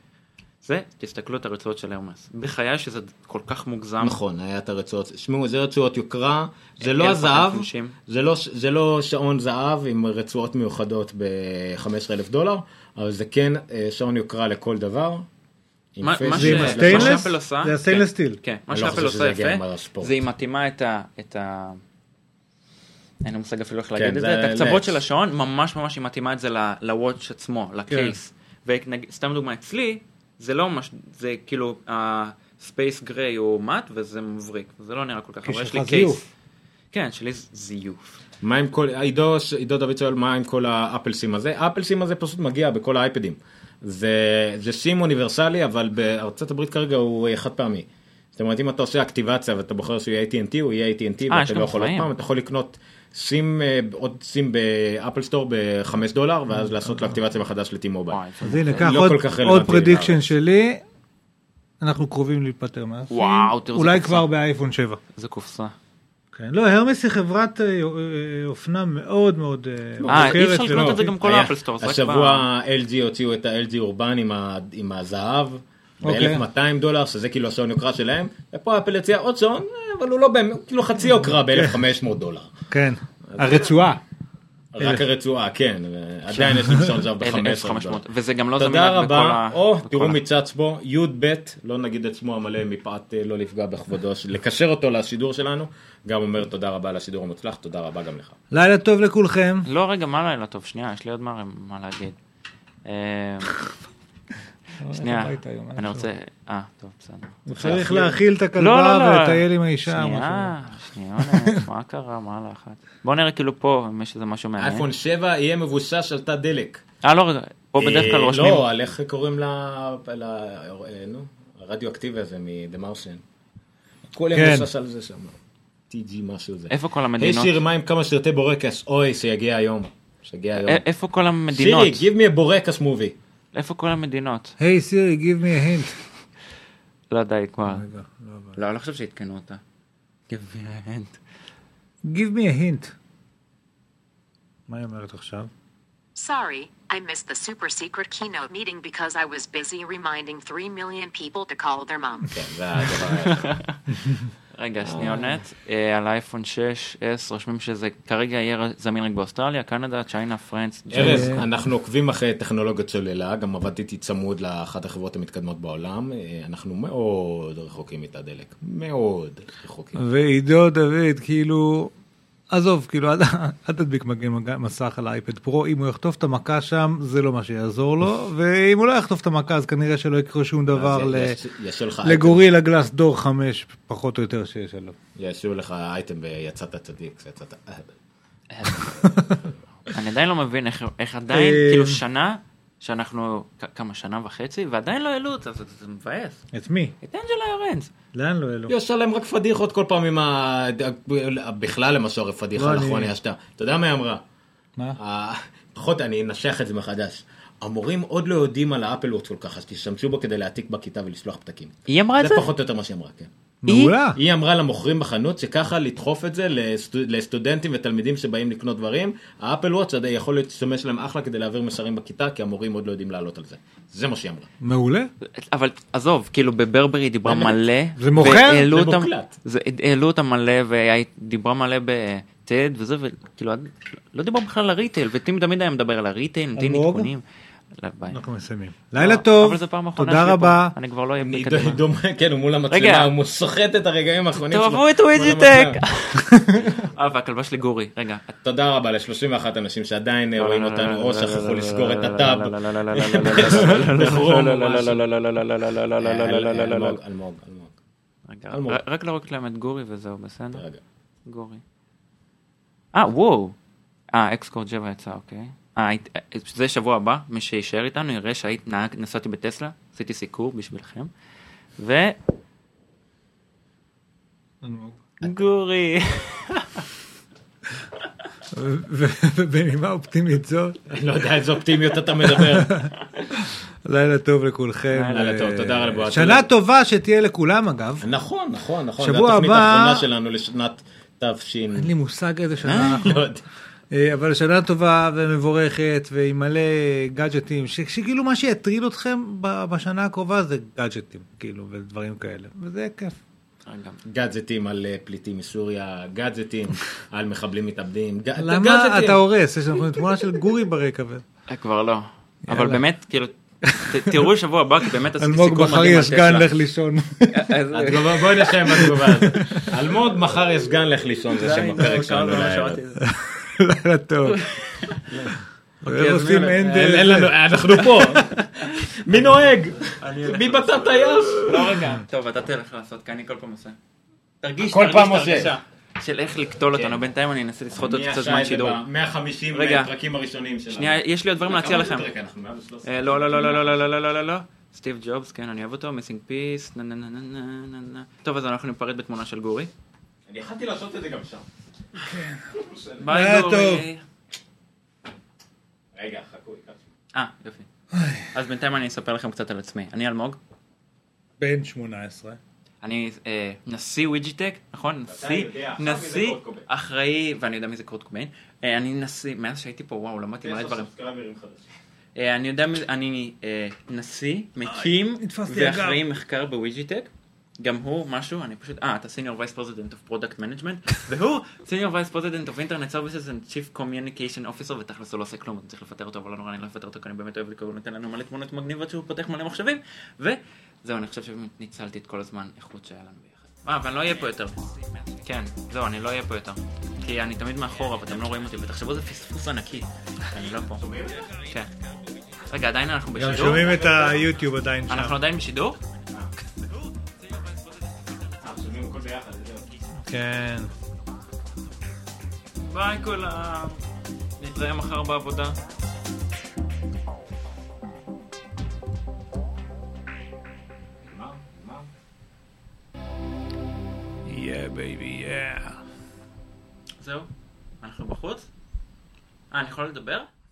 תסתכלו את הרצועות של הרמס. בחיי שזה כל כך מוגזם. נכון, היה את הרצועות. שמעו, זה רצועות יוקרה, זה לא הזהב, זה לא שעון זהב עם רצועות מיוחדות $15,000, אבל זה כן שעון יוקרה לכל דבר. מה שאפל עושה... זה הסטיינלס סטיל. כן, מה שאפל עושה יפה, זה היא מתאימה את ה... אין לי מושג אפילו איך להגיד את זה, את הקצוות של השעון, ממש ממש היא מתאימה את זה לוואץ' עצמו, לקייס. וסתם דוגמה אצלי, זה לא ממש, זה כאילו, הספייס גריי הוא מט, וזה מבריק, זה לא נראה כל כך, אבל יש לי קייס. כן, שלי זיוף. מה עם כל, עידו דוד שואל, מה עם כל האפלסים הזה? האפלסים הזה פשוט מגיע בכל האייפדים. זה סים אוניברסלי, אבל בארצות הברית כרגע הוא חד פעמי. זאת אומרת, אם אתה עושה אקטיבציה ואתה בוחר שהוא יהיה AT&T, הוא יהיה AT&T, ואתה לא יכול עוד פעם, אתה יכול לקנות עוד סים באפל סטור $5, ואז לעשות לו אקטיבציה מחדש לטי-מובייל. אז הנה, כך עוד פרדיקשן שלי, אנחנו קרובים להיפטר מהסים, אולי כבר באייפון 7. זה קופסה. כן, לא, הרמס היא חברת אופנה מאוד מאוד מוכרת. אי אפשר לקנות את זה גם כל האפל סטור. השבוע LG הוציאו את ה-LG אורבן עם הזהב, $1,200, שזה כאילו השעון יוקרה שלהם, ופה אפל הציע עוד שעון, אבל הוא לא כאילו חצי יוקרה $1,500. כן, הרצועה. רק הרצועה, כן. עדיין יש למשון זב ב-15. וזה גם לא זמין רק בכל ה... תראו מצץ פה, י' ב', לא נגיד את שמו המלא מפאת לא לפגוע בכבודו, לקשר אותו לשידור שלנו, גם אומר תודה רבה על השידור המוצלח, תודה רבה גם לך. לילה טוב לכולכם. לא, רגע, מה לילה טוב? שנייה, יש לי עוד מה להגיד. שנייה, אני רוצה... טוב, בסדר. הוא צריך להאכיל את הכלבה ולטייל עם האישה. שנייה, מה קרה, מה הלחץ? בוא נראה כאילו פה, אם יש איזה משהו מעניין. אייפון 7 יהיה מבושש על תא דלק. לא, רגע, פה בדרך כלל רושמים. לא, על איך קוראים הרדיו-אקטיבי הזה מ-The Martian. הכל יהיה מבושש על זה שם. TG משהו זה. איפה כל המדינות? היי שיר, מה עם כמה שרתי בורקס? אוי, שיגיע היום. איפה כל המדינות? שירי, give me a בורקס movie. איפה כל המדינות? היי סירי, give me a hint. לא די, כבר. לא, אני חושב שהתקנו אותה. give me a hint. give me a hint. מה היא אומרת עכשיו? Sorry, I missed the super secret keynote meeting because I was busy reminding 3 million people to call their mom. כן, זה הדבר. רגע, שניונת, על אייפון 6S רושמים שזה כרגע יהיה זמין רק באוסטרליה, קנדה, צ'יינה, פרנס. ארז, אנחנו עוקבים אחרי טכנולוגיות סוללה, גם עבדתי צמוד לאחת החברות המתקדמות בעולם, אנחנו מאוד רחוקים את הדלק, מאוד רחוקים. ועידו דוד, כאילו, עזוב, כאילו, אל תדביק מסך על האייפד פרו, אם הוא יחטוף את המכה שם, זה לא מה שיעזור לו, ואם הוא לא יחטוף את המכה, אז כנראה שלא יקרה שום דבר לגורילה גלאס דור 5, פחות או יותר שיש עליו. ישו לך אייטם ויצאת צדיק, יצאת... אני עדיין לא מבין איך עדיין, כאילו שנה, שאנחנו, כמה, שנה וחצי, ועדיין לא העלו אותה, זה מבאס. את מי? את אנג'לה יורנס. לאן לא העלו? יש עליהם רק פדיחות כל פעם עם בכלל למשור פדיחה לאחרוני השתה. אתה יודע מה היא אמרה? מה? פחות, אני אנשך את זה מחדש. המורים עוד לא יודעים על האפל וואץ' כל כך, אז תשתמשו בו כדי להעתיק בכיתה ולשלוח פתקים. היא אמרה את זה? זה פחות או יותר מה שהיא אמרה, כן. מעולה. היא אמרה למוכרים בחנות שככה לדחוף את זה לסטודנטים ותלמידים שבאים לקנות דברים, האפל וואץ' יכול להשתמש להם אחלה כדי להעביר מסרים בכיתה, כי המורים עוד לא יודעים לעלות על זה. זה מה שהיא אמרה. מעולה. אבל עזוב, כאילו בברברי דיברה מלא. זה מוכר? זה מוקלט. העלו אותה מלא ודיברה מלא בטד וזה, וכאילו לא דיברה בכלל על הריטייל, וטים תמיד היה מדבר על הריטייל, נותן עדכונים. אנחנו מסיימים. לילה טוב, תודה רבה. אני כבר לא אהיה בקדימה. דומה, כן, הוא מול המצלמה, הוא סוחט את הרגעים האחרונים שלו. תאהבו את וויג'יטק. והכלבה שלי גורי, רגע. תודה רבה ל-31 אנשים שעדיין רואים אותנו, או שכחו לסגור את הטאב. אלמוג. רק להראות להם את גורי וזהו, בסדר? גורי. וואו. אקסקורד 7 יצא, אוקיי. זה שבוע הבא, מי שישאר איתנו יראה נסעתי בטסלה, עשיתי סיקור בשבילכם, גורי. ובנימה אופטימית זאת. אני לא יודע איזה אופטימיות אתה מדבר. לילה טוב לכולכם. לילה טוב, תודה רבה. שנה טובה שתהיה לכולם אגב. נכון. שבוע הבא. זה התוכנית האחרונה שלנו לשנת תש"ן. אין לי מושג איזה שנה אנחנו. אבל שנה טובה ומבורכת ועם מלא גאדג'טים, שכאילו מה שיטריד אתכם בשנה הקרובה זה גאדג'טים, כאילו, ודברים כאלה, וזה כיף. גאדג'טים על פליטים מסוריה, גאדג'טים על מחבלים מתאבדים, למה אתה הורס? יש לנו תמונה של גורי ברקע. כבר לא, אבל באמת, כאילו, תראו שבוע הבא, כי באמת עשיתי סיכום אלמוג, מחר יש גן לך לישון. בואי נשאר בתגובה הזאת. אלמוג, מחר יש גן לך לישון, זה שם הפרק שלנו לערב. לילה טוב. אין לנו, אנחנו פה. מי נוהג? מי בצד טייס? לא רגע. טוב, אתה תלך לעשות, כי אני כל פעם עושה. תרגיש של איך לקטול אותנו. בינתיים אני אנסה לסחוט עוד קצת זמן שידור. 150 פרקים הראשונים שלנו. שנייה, יש לי עוד דברים להציע לכם. לא. סטיב ג'ובס, כן, אני אוהב אותו. מיסינג פיס. טוב, אז אנחנו ניפרד בתמונה של גורי. אני יכלתי לעשות את זה גם שם. כן. ביי גורי. רגע, חכו. יופי. אז בינתיים אני אספר לכם קצת על עצמי. אני אלמוג. בן 18. אני נשיא וויג'יטק, נכון? נשיא אחראי, ואני יודע מי זה קורט קוביין. אני נשיא, מאז שהייתי פה, וואו, למדתי מלא דברים. אני יודע, אני נשיא, מקים ואחראי מחקר בוויג'יטק. גם הוא משהו, אני פשוט, אתה Senior Vice President of Product Management, והוא Senior Vice President of Internet Services and Chief Communication Officer, ותכלס הוא לא עושה כלום, צריך לפטר אותו, אבל לא נורא, אני לא לפטר אותו, כי אני באמת אוהב לקרוא, הוא נותן לנו מלא תמונות מגניבות שהוא פותח מלא מחשבים, וזהו, אני חושב שבאמת ניצלתי את כל הזמן איכות שהיה לנו ביחד. אבל אני לא אהיה פה יותר. כן, זהו, אני לא אהיה פה יותר. כי אני תמיד מאחורה, ואתם לא רואים אותי, ותחשבו, זה פספוס ענקי. אני לא פה. כן. רגע, עדיין אנחנו בשידור? גם שומעים את היוטיוב עדיין שם. אנחנו עדיין בשידור? כן. ביי כולם. נתראה מחר בעבודה. Yeah, baby, yeah. זהו, אנחנו בחוץ? אני יכול לדבר?